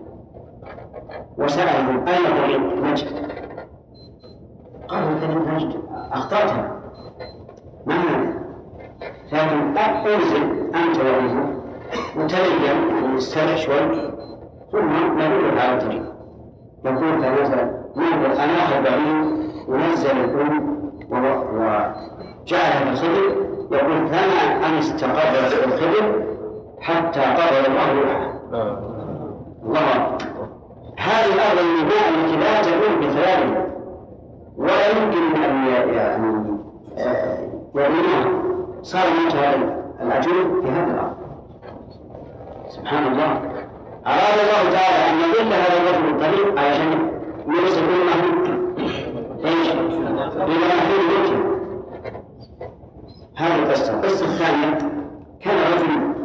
وسأله أين طريق نجد؟ قال مثلا نجد أخطأتها ما هذا؟ لكن أنزل أنت وأنه وتليم واسترح شوي ثم نقول على الطريق. يقول فنزل ننظر أنا بعيد ونزل الأم وجعلها في الخضر. يقول فما أن استقرت في الخضر حتى قبل الله روحها. الله، هذه الأرض المياه التي لا تكون بثلاث ولا يمكن أن يعني يرميها، صار منتهى العجول في هذا الأرض. سبحان الله، أراد الله تعالى أن يضل هذا الرجل الطريق علشان يرسل منه ايش؟ بمناخير بيته. هذه القصة. القصة الثانية كان رجل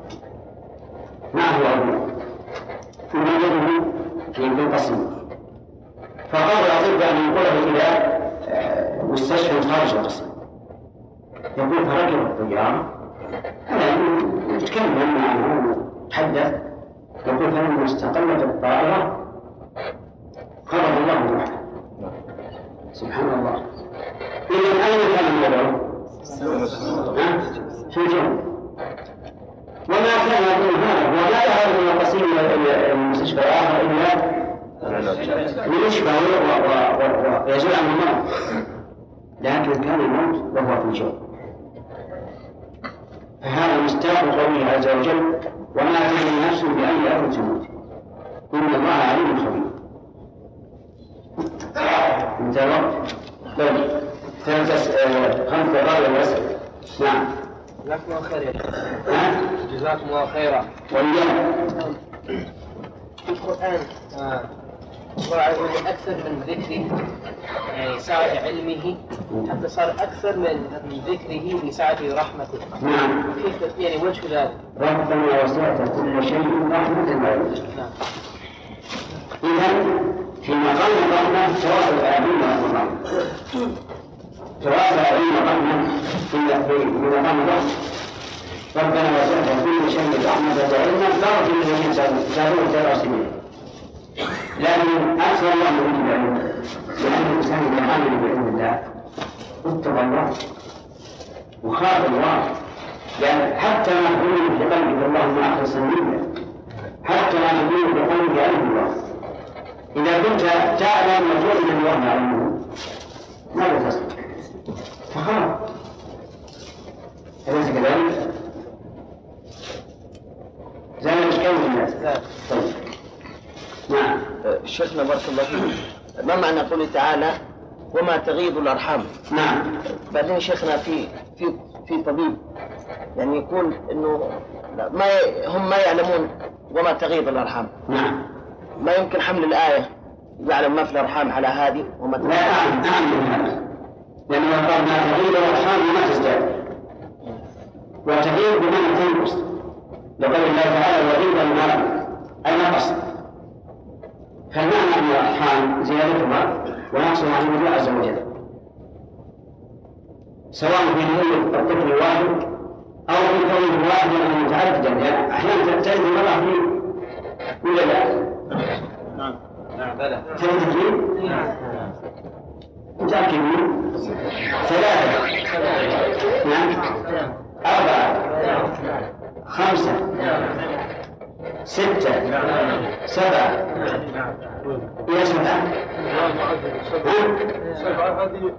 معه أبوه يريده في القصيم، فقال الأطباء أن ينقله إلى مستشفى خارج القصيم. يقول فركب الطيارة يتكلم معه وتحدث. يقول فلما استقلت الطائرة قبض الله روحه. سبحان الله. إذن أين كان الموضوع؟ في الجو. وما كان يقول هذا ولا يهرب من القصيم إلى المستشفى الآخر إلا ليشفى ويزول عنه المرض، لكن كان الموت وهو في الجو. فهذا مصداق قوله عز وجل وما تدري نفس بأي أرض تموت إن الله عليم خبير. انتهى الوقت. طيب ثلاث خمس دقائق وأسئلة. نعم. جزاكم الله خير. جزاكم الله خيرا. وإياك. في القرآن أكثر من ذكره يعني سعة علمه حتى صار أكثر من ذكره لسعة رحمته. نعم. كيف يعني وجه ذلك؟ ربنا وسعت كل شيء رحمة وعلما. نعم. إذا في مقام الرحمة تواصل العلم والرحمة. تواصل العلم والرحمة في مقام الرحمة. ربنا وسعت كل شيء رحمة وعلما فاغفر للذين سابوا سبع سنين. لكن أكثر الله من العلم لأن الإنسان إذا آمن بعلم الله اتقى الله وخاف الله، يعني حتى ما يقول في قلبك اللهم أخلص النية، حتى ما يقول في قلبك علم الله. إذا كنت تعلم وتؤمن الله علمه ماذا تصنع؟ فخاف. أليس كذلك؟ زي ما إشكال الناس. طيب. نعم. شيخنا بارك الله فيك، ما معنى قوله تعالى وما تغيض الأرحام؟ نعم. بعدين شيخنا في في في طبيب يعني يقول إنه ما هم ما يعلمون وما تغيض الأرحام. نعم. ما يمكن حمل الآية يعلم ما في الأرحام على هذه وما تغيض. لا أعلم أعلم من هذا، لأنه قال ما تغيض الأرحام وما تزداد، وتغيض بمعنى تنقص، لقول الله تعالى وغيض المرء أي نقص. فالمعنى أن الأرحام زيادتها ونقصها عن الله عز وجل، سواء في نمو الطفل الواحد أو في كونه واحد أو متعددا، يعني أحيانا تجد المرأة في ولا لا؟ نعم نعم بلى تجد في؟ نعم. متأكدين؟ ثلاثة. نعم. أربعة. خمسة. ستة. سبعة. إلى سبعة. سبعة هذه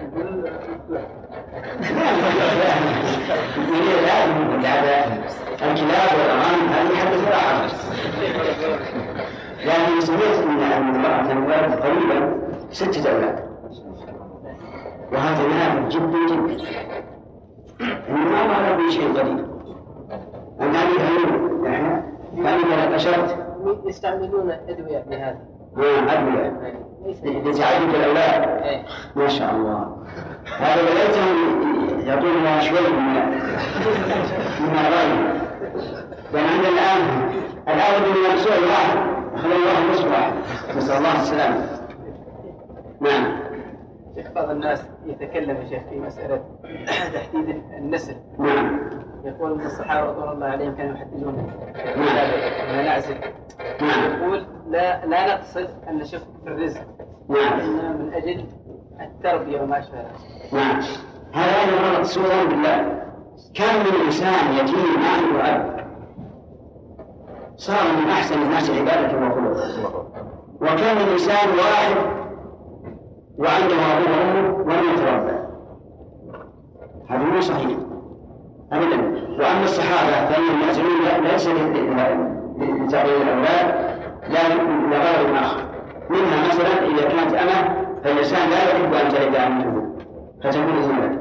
الكلاب والأغاني هذه حدث لا حرج، لكن سمعت أن المرأة ولدت قريبا ستة أولاد، وهذا نادر جدا جدا، إنما ما هذا شيء قليل. أنا أريد أن فأنا أشرت يستعملون أدوية لهذا. نعم أدوية لتعدد الأولاد. ما شاء الله. هذا وليتهم يعطونها شوي من من الرأي، لأن عندنا الآن الآن من المسؤول واحد خلي الله نصف واحد، نسأل الله السلامة. نعم. شيخ بعض الناس يتكلم يا شيخ في مسألة تحديد النسل. نعم. يقول أن الصحابة رضي الله عليهم كانوا يحددون نعم. نعم. يقول لا لا نقصد أن نشك في الرزق. نعم. إنما من أجل التربية وما أشبه. نعم. هذا أيضا غلط سورة بالله. كم من إنسان يتيم ما عنده أب صار من أحسن الناس عبادة وخلق، وكم من إنسان واحد وعنده أبوه وأمه ولم يتربى. هذا مو صحيح أبدا. وأما الصحابة فإنهم يعزلون ليس لتعليم الأولاد لا لغرض آخر، منها مثلا إذا كانت أمه فالإنسان لا يحب أن تلد أمته فتكون ذنبا.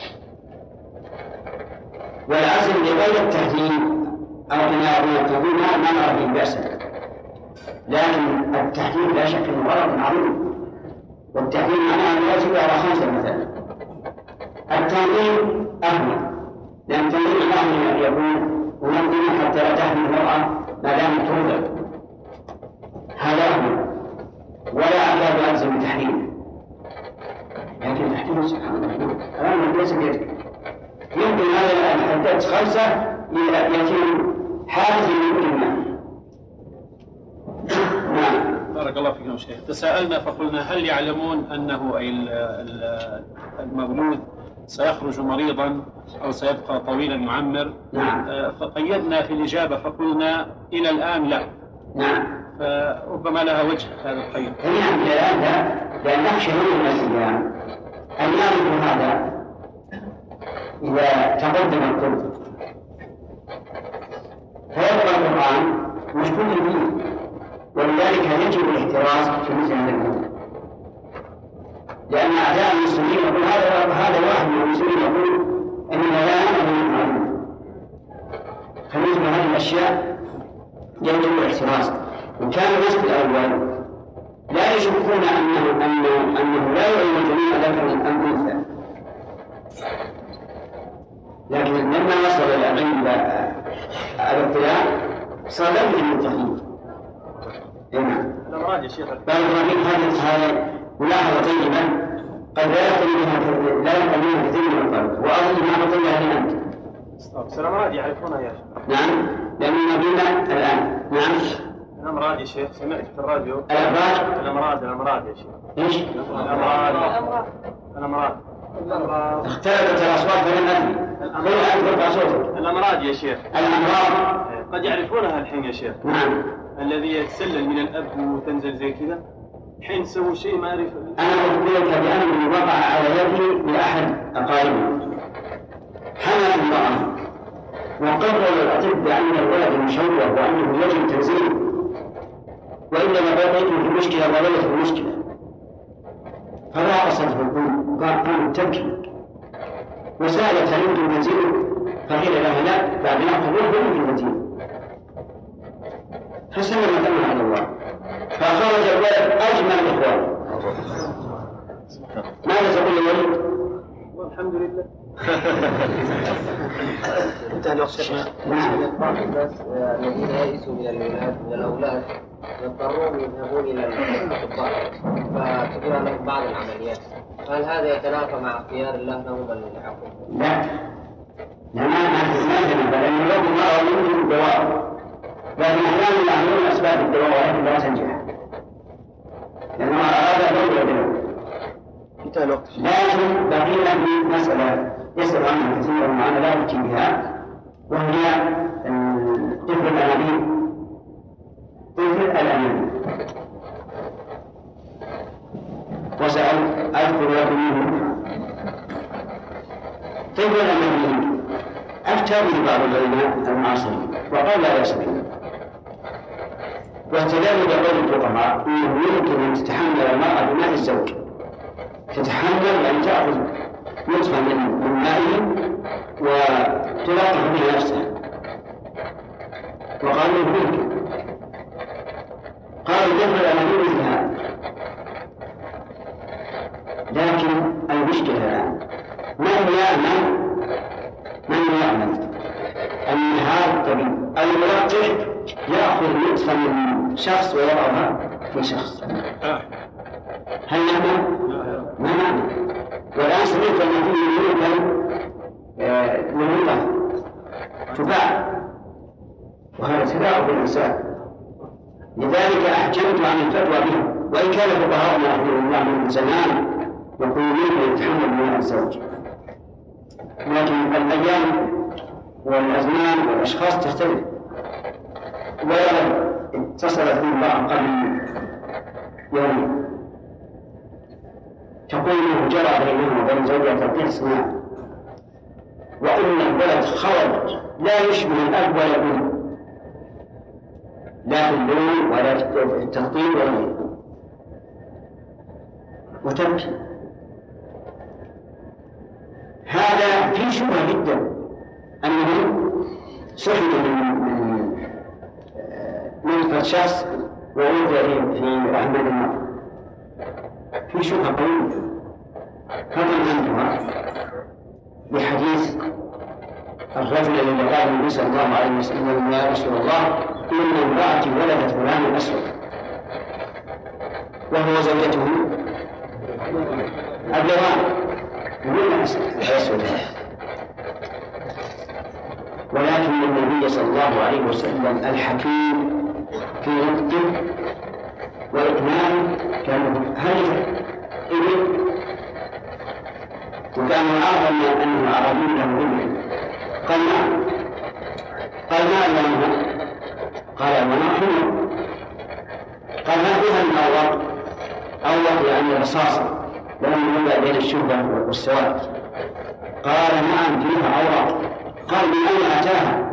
والعزل لغير التهديد أو كما يقول التهديد ما نرى فيه بأسا، لكن التهديد لا شك أنه غلط عظيم، والتهديد معناه أن يجب على خمسة مثلا. التهديد أهمل، لأن التهديد معناه أن يكون ونمضي حتى لا تحمل المرأة ما دامت ترضع، هذا أهمل، ولا أعتاد ألزم التحريم. لكن التحريم سبحان الله كلام ليس بيدك. يمكن هذا الآن حددت خمسة يتم حادث من كل ما. نعم. بارك الله فيكم شيخ. تساءلنا فقلنا هل يعلمون أنه أي المولود سيخرج مريضا أو سيبقى طويلا يعمر؟ نعم. فقيدنا في الإجابة فقلنا إلى الآن لا. نعم. فربما لها وجه هذا القيد. نعم إلى الآن لا، لأن نخشى من الأيام أن يعرف هذا إذا تقدم القرب فيبقى القرآن مشكوك فيه، ولذلك يجب الاحتراز في مثل هذا الأمر، لأن أعداء المسلمين يقول هذا هذا واحد من المسلمين يقول أننا لا نعلم من المعلوم، فمثل هذه الأشياء يجب الاحتراز. وكان النص الأول ويشكون أنه أنه أنه لا يعين الجميع ذكر أم أنثى، لكن لما وصل إلى عند الاطلاع صار لا يمكن التخييم. نعم. الأمراض يا شيخ. بعض الرحيم هذه ملاحظة طيبة قد لا يقتضي لا يقتضي كثير من الطلب، وأظن ما قتضيها لي أنت. الأمراض يعرفونها يا شيخ. نعم، لأننا بنا الآن. نعم. الأمراض يا شيخ، سمعت في الراديو. الأمراض. الأمراض الأمراض يا شيخ. إيش؟ الأمراض. الأمراض. الأمراض. اختلفت الأصوات فلم أدري. كل أربع صوت. الأمراض يا شيخ. الأمراض. قد يعرفونها الحين يا شيخ. نعم. الذي يتسلل من الأب وتنزل زي كذا. حين سووا شيء ما أعرف. أنا أخبرك بأنه وقع على يدي لأحد أقاربي، حمل امرأة وقرر الأطباء أن الولد مشوه وأنه يجب تنزيله، وإلا ما بقيت في مشكلة ضللت في مشكلة، فراقصت في القلب قامت تبكي وسألت هل يمكن تنزيله؟ فقيل لها لا، بعد نقل له يمكن تنزيله، فسلمت أمرها على الله فخرج الولد أجمل الإخوان. ماذا تقول الوليد؟ الحمد لله. انتهى الوقت شيخنا. بعض الناس الذين يئسوا من الولاد من الأولاد يضطرون يذهبون إلى الأطباء فتجرى لهم بعض العمليات، هل هذا يتنافى مع اختيار الله لهم العقل؟ لا، لا ما ما لأن الرب ما يمكن الدواء، لكن أحيانا يعملون أسباب الدواء ولكن لا تنجح، لأنه أراد دولة دولة. انتهى الوقت. لكن بقينا في مسألة يسأل عنها كثيرا وأنا لا أحكي بها، وهي طفل الأنابيب. طفل الأنابيب وسأل أذكر لكم منه طفل الأنابيب أفتى به بعض العلماء المعاصرين وقال لا بأس به، واستدلوا بقول الفقهاء أنه يمكن أن تتحمل المرأة بماء الزوج، تتحمل أن تأخذ نطفة من مائه وتلقح به نفسها، وقالوا يمكن. قالوا يدخل الأنابيب مثل هذا، لكن المشكلة الآن من يعمل من يعمل أن هذا الطبيب الملقح يأخذ نطفة من شخص ويضعها في شخص، هل نعمل؟ ما نعمل. والآن سمعت أن فيه ملوكا للمرأة تباع، وهذا تلاعب بالإنسان، لذلك أحجمت عن الفتوى به، وإن كان فقهاؤنا رحمه الله من زمان يقولون يتحمل من الزوج، لكن الأيام والأزمان والأشخاص تختلف. ولو اتصلت بي امرأة قبل يوم تقول انه جرى بينه وبين زوجها تطبيق صناعي، وان الولد خرج لا يشبه الاب ولا الام، لا في اللون ولا في التخطيط ولا غيره، وتبكي. هذا في شبهه جدا انه سحب من من شخص ووضع في رحمة الله، في شبهة قوية. فضلا بحديث الرجل الذي قال النبي صلى الله عليه وسلم يا رسول الله إن امرأتي ولدت غلاما أسود وهو زوجته أبيضان غلام أسود، ولكن النبي صلى الله عليه وسلم الحكيم في نطقه وإتمامه كان هل إبن، وكان أعظم من أنه عربي له إبن. قال نعم، قال ما أعلمها، قال وما حمر، قال ما فيها من أوراق، أوراق يعني رصاصة لم يبقى بين الشبهة والسواد، قال نعم فيها أوراق. قال من أين أتاها؟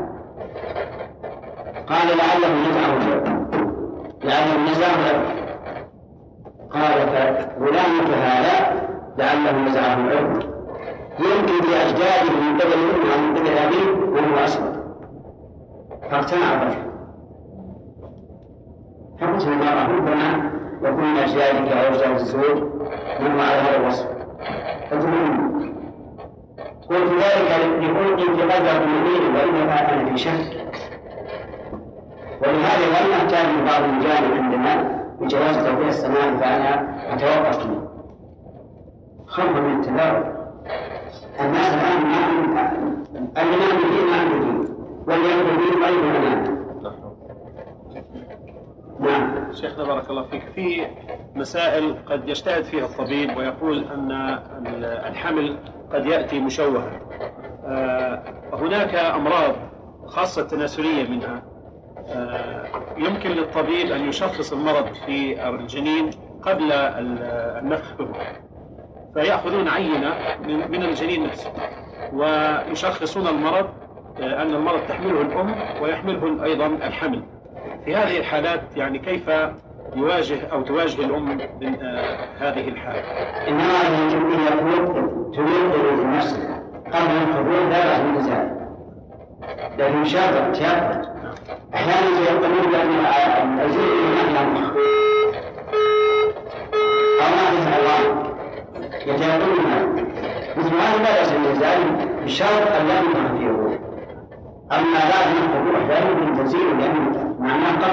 قال لعله نزعه لعله نزعه قال فغلامك هذا لعله نزعه العرض، يمكن بأجداده من قبل الأم أو من قبل أبيه وهو أسود. فاقتنع الرجل، فقلت للمرأة ربما يكون من أجدادك أو أجداد الزوج من على هذا الوصف فتقول قلت ذلك لخلق في قدر المدين وإنما أنا في شك ولهذا لم نحتاج بعض الرجال عندنا بجواز توقيع السماء فأنا أتوقف فيه خوفا من التلاوة. الناس الآن ما الإمام الدين ما عنده دين واليوم الدين غير الإمام. نعم. شيخنا بارك الله فيك، في مسائل قد يجتهد فيها الطبيب ويقول أن الحمل قد يأتي مشوها. هناك أمراض خاصة تناسلية منها يمكن للطبيب أن يشخص المرض في الجنين قبل النفخ به، فيأخذون عينة من الجنين نفسه ويشخصون المرض أن المرض تحمله الأم ويحمله أيضا الحمل. في هذه الحالات يعني كيف يواجه أو تواجه الأم من هذه الحالة؟ إنما يمكن أن يكون تولد نفسها قبل القبول لا بأس من ذلك، لكن شاطر شاطر أحيانا يقولون بأن الأزيل من أهل أو ما الله يتيقنونها مثل هذا لا بأس من ذلك بشرط أن لا يكون فيه. أما بعد القبول أحيانا من تزيل لأنه معناه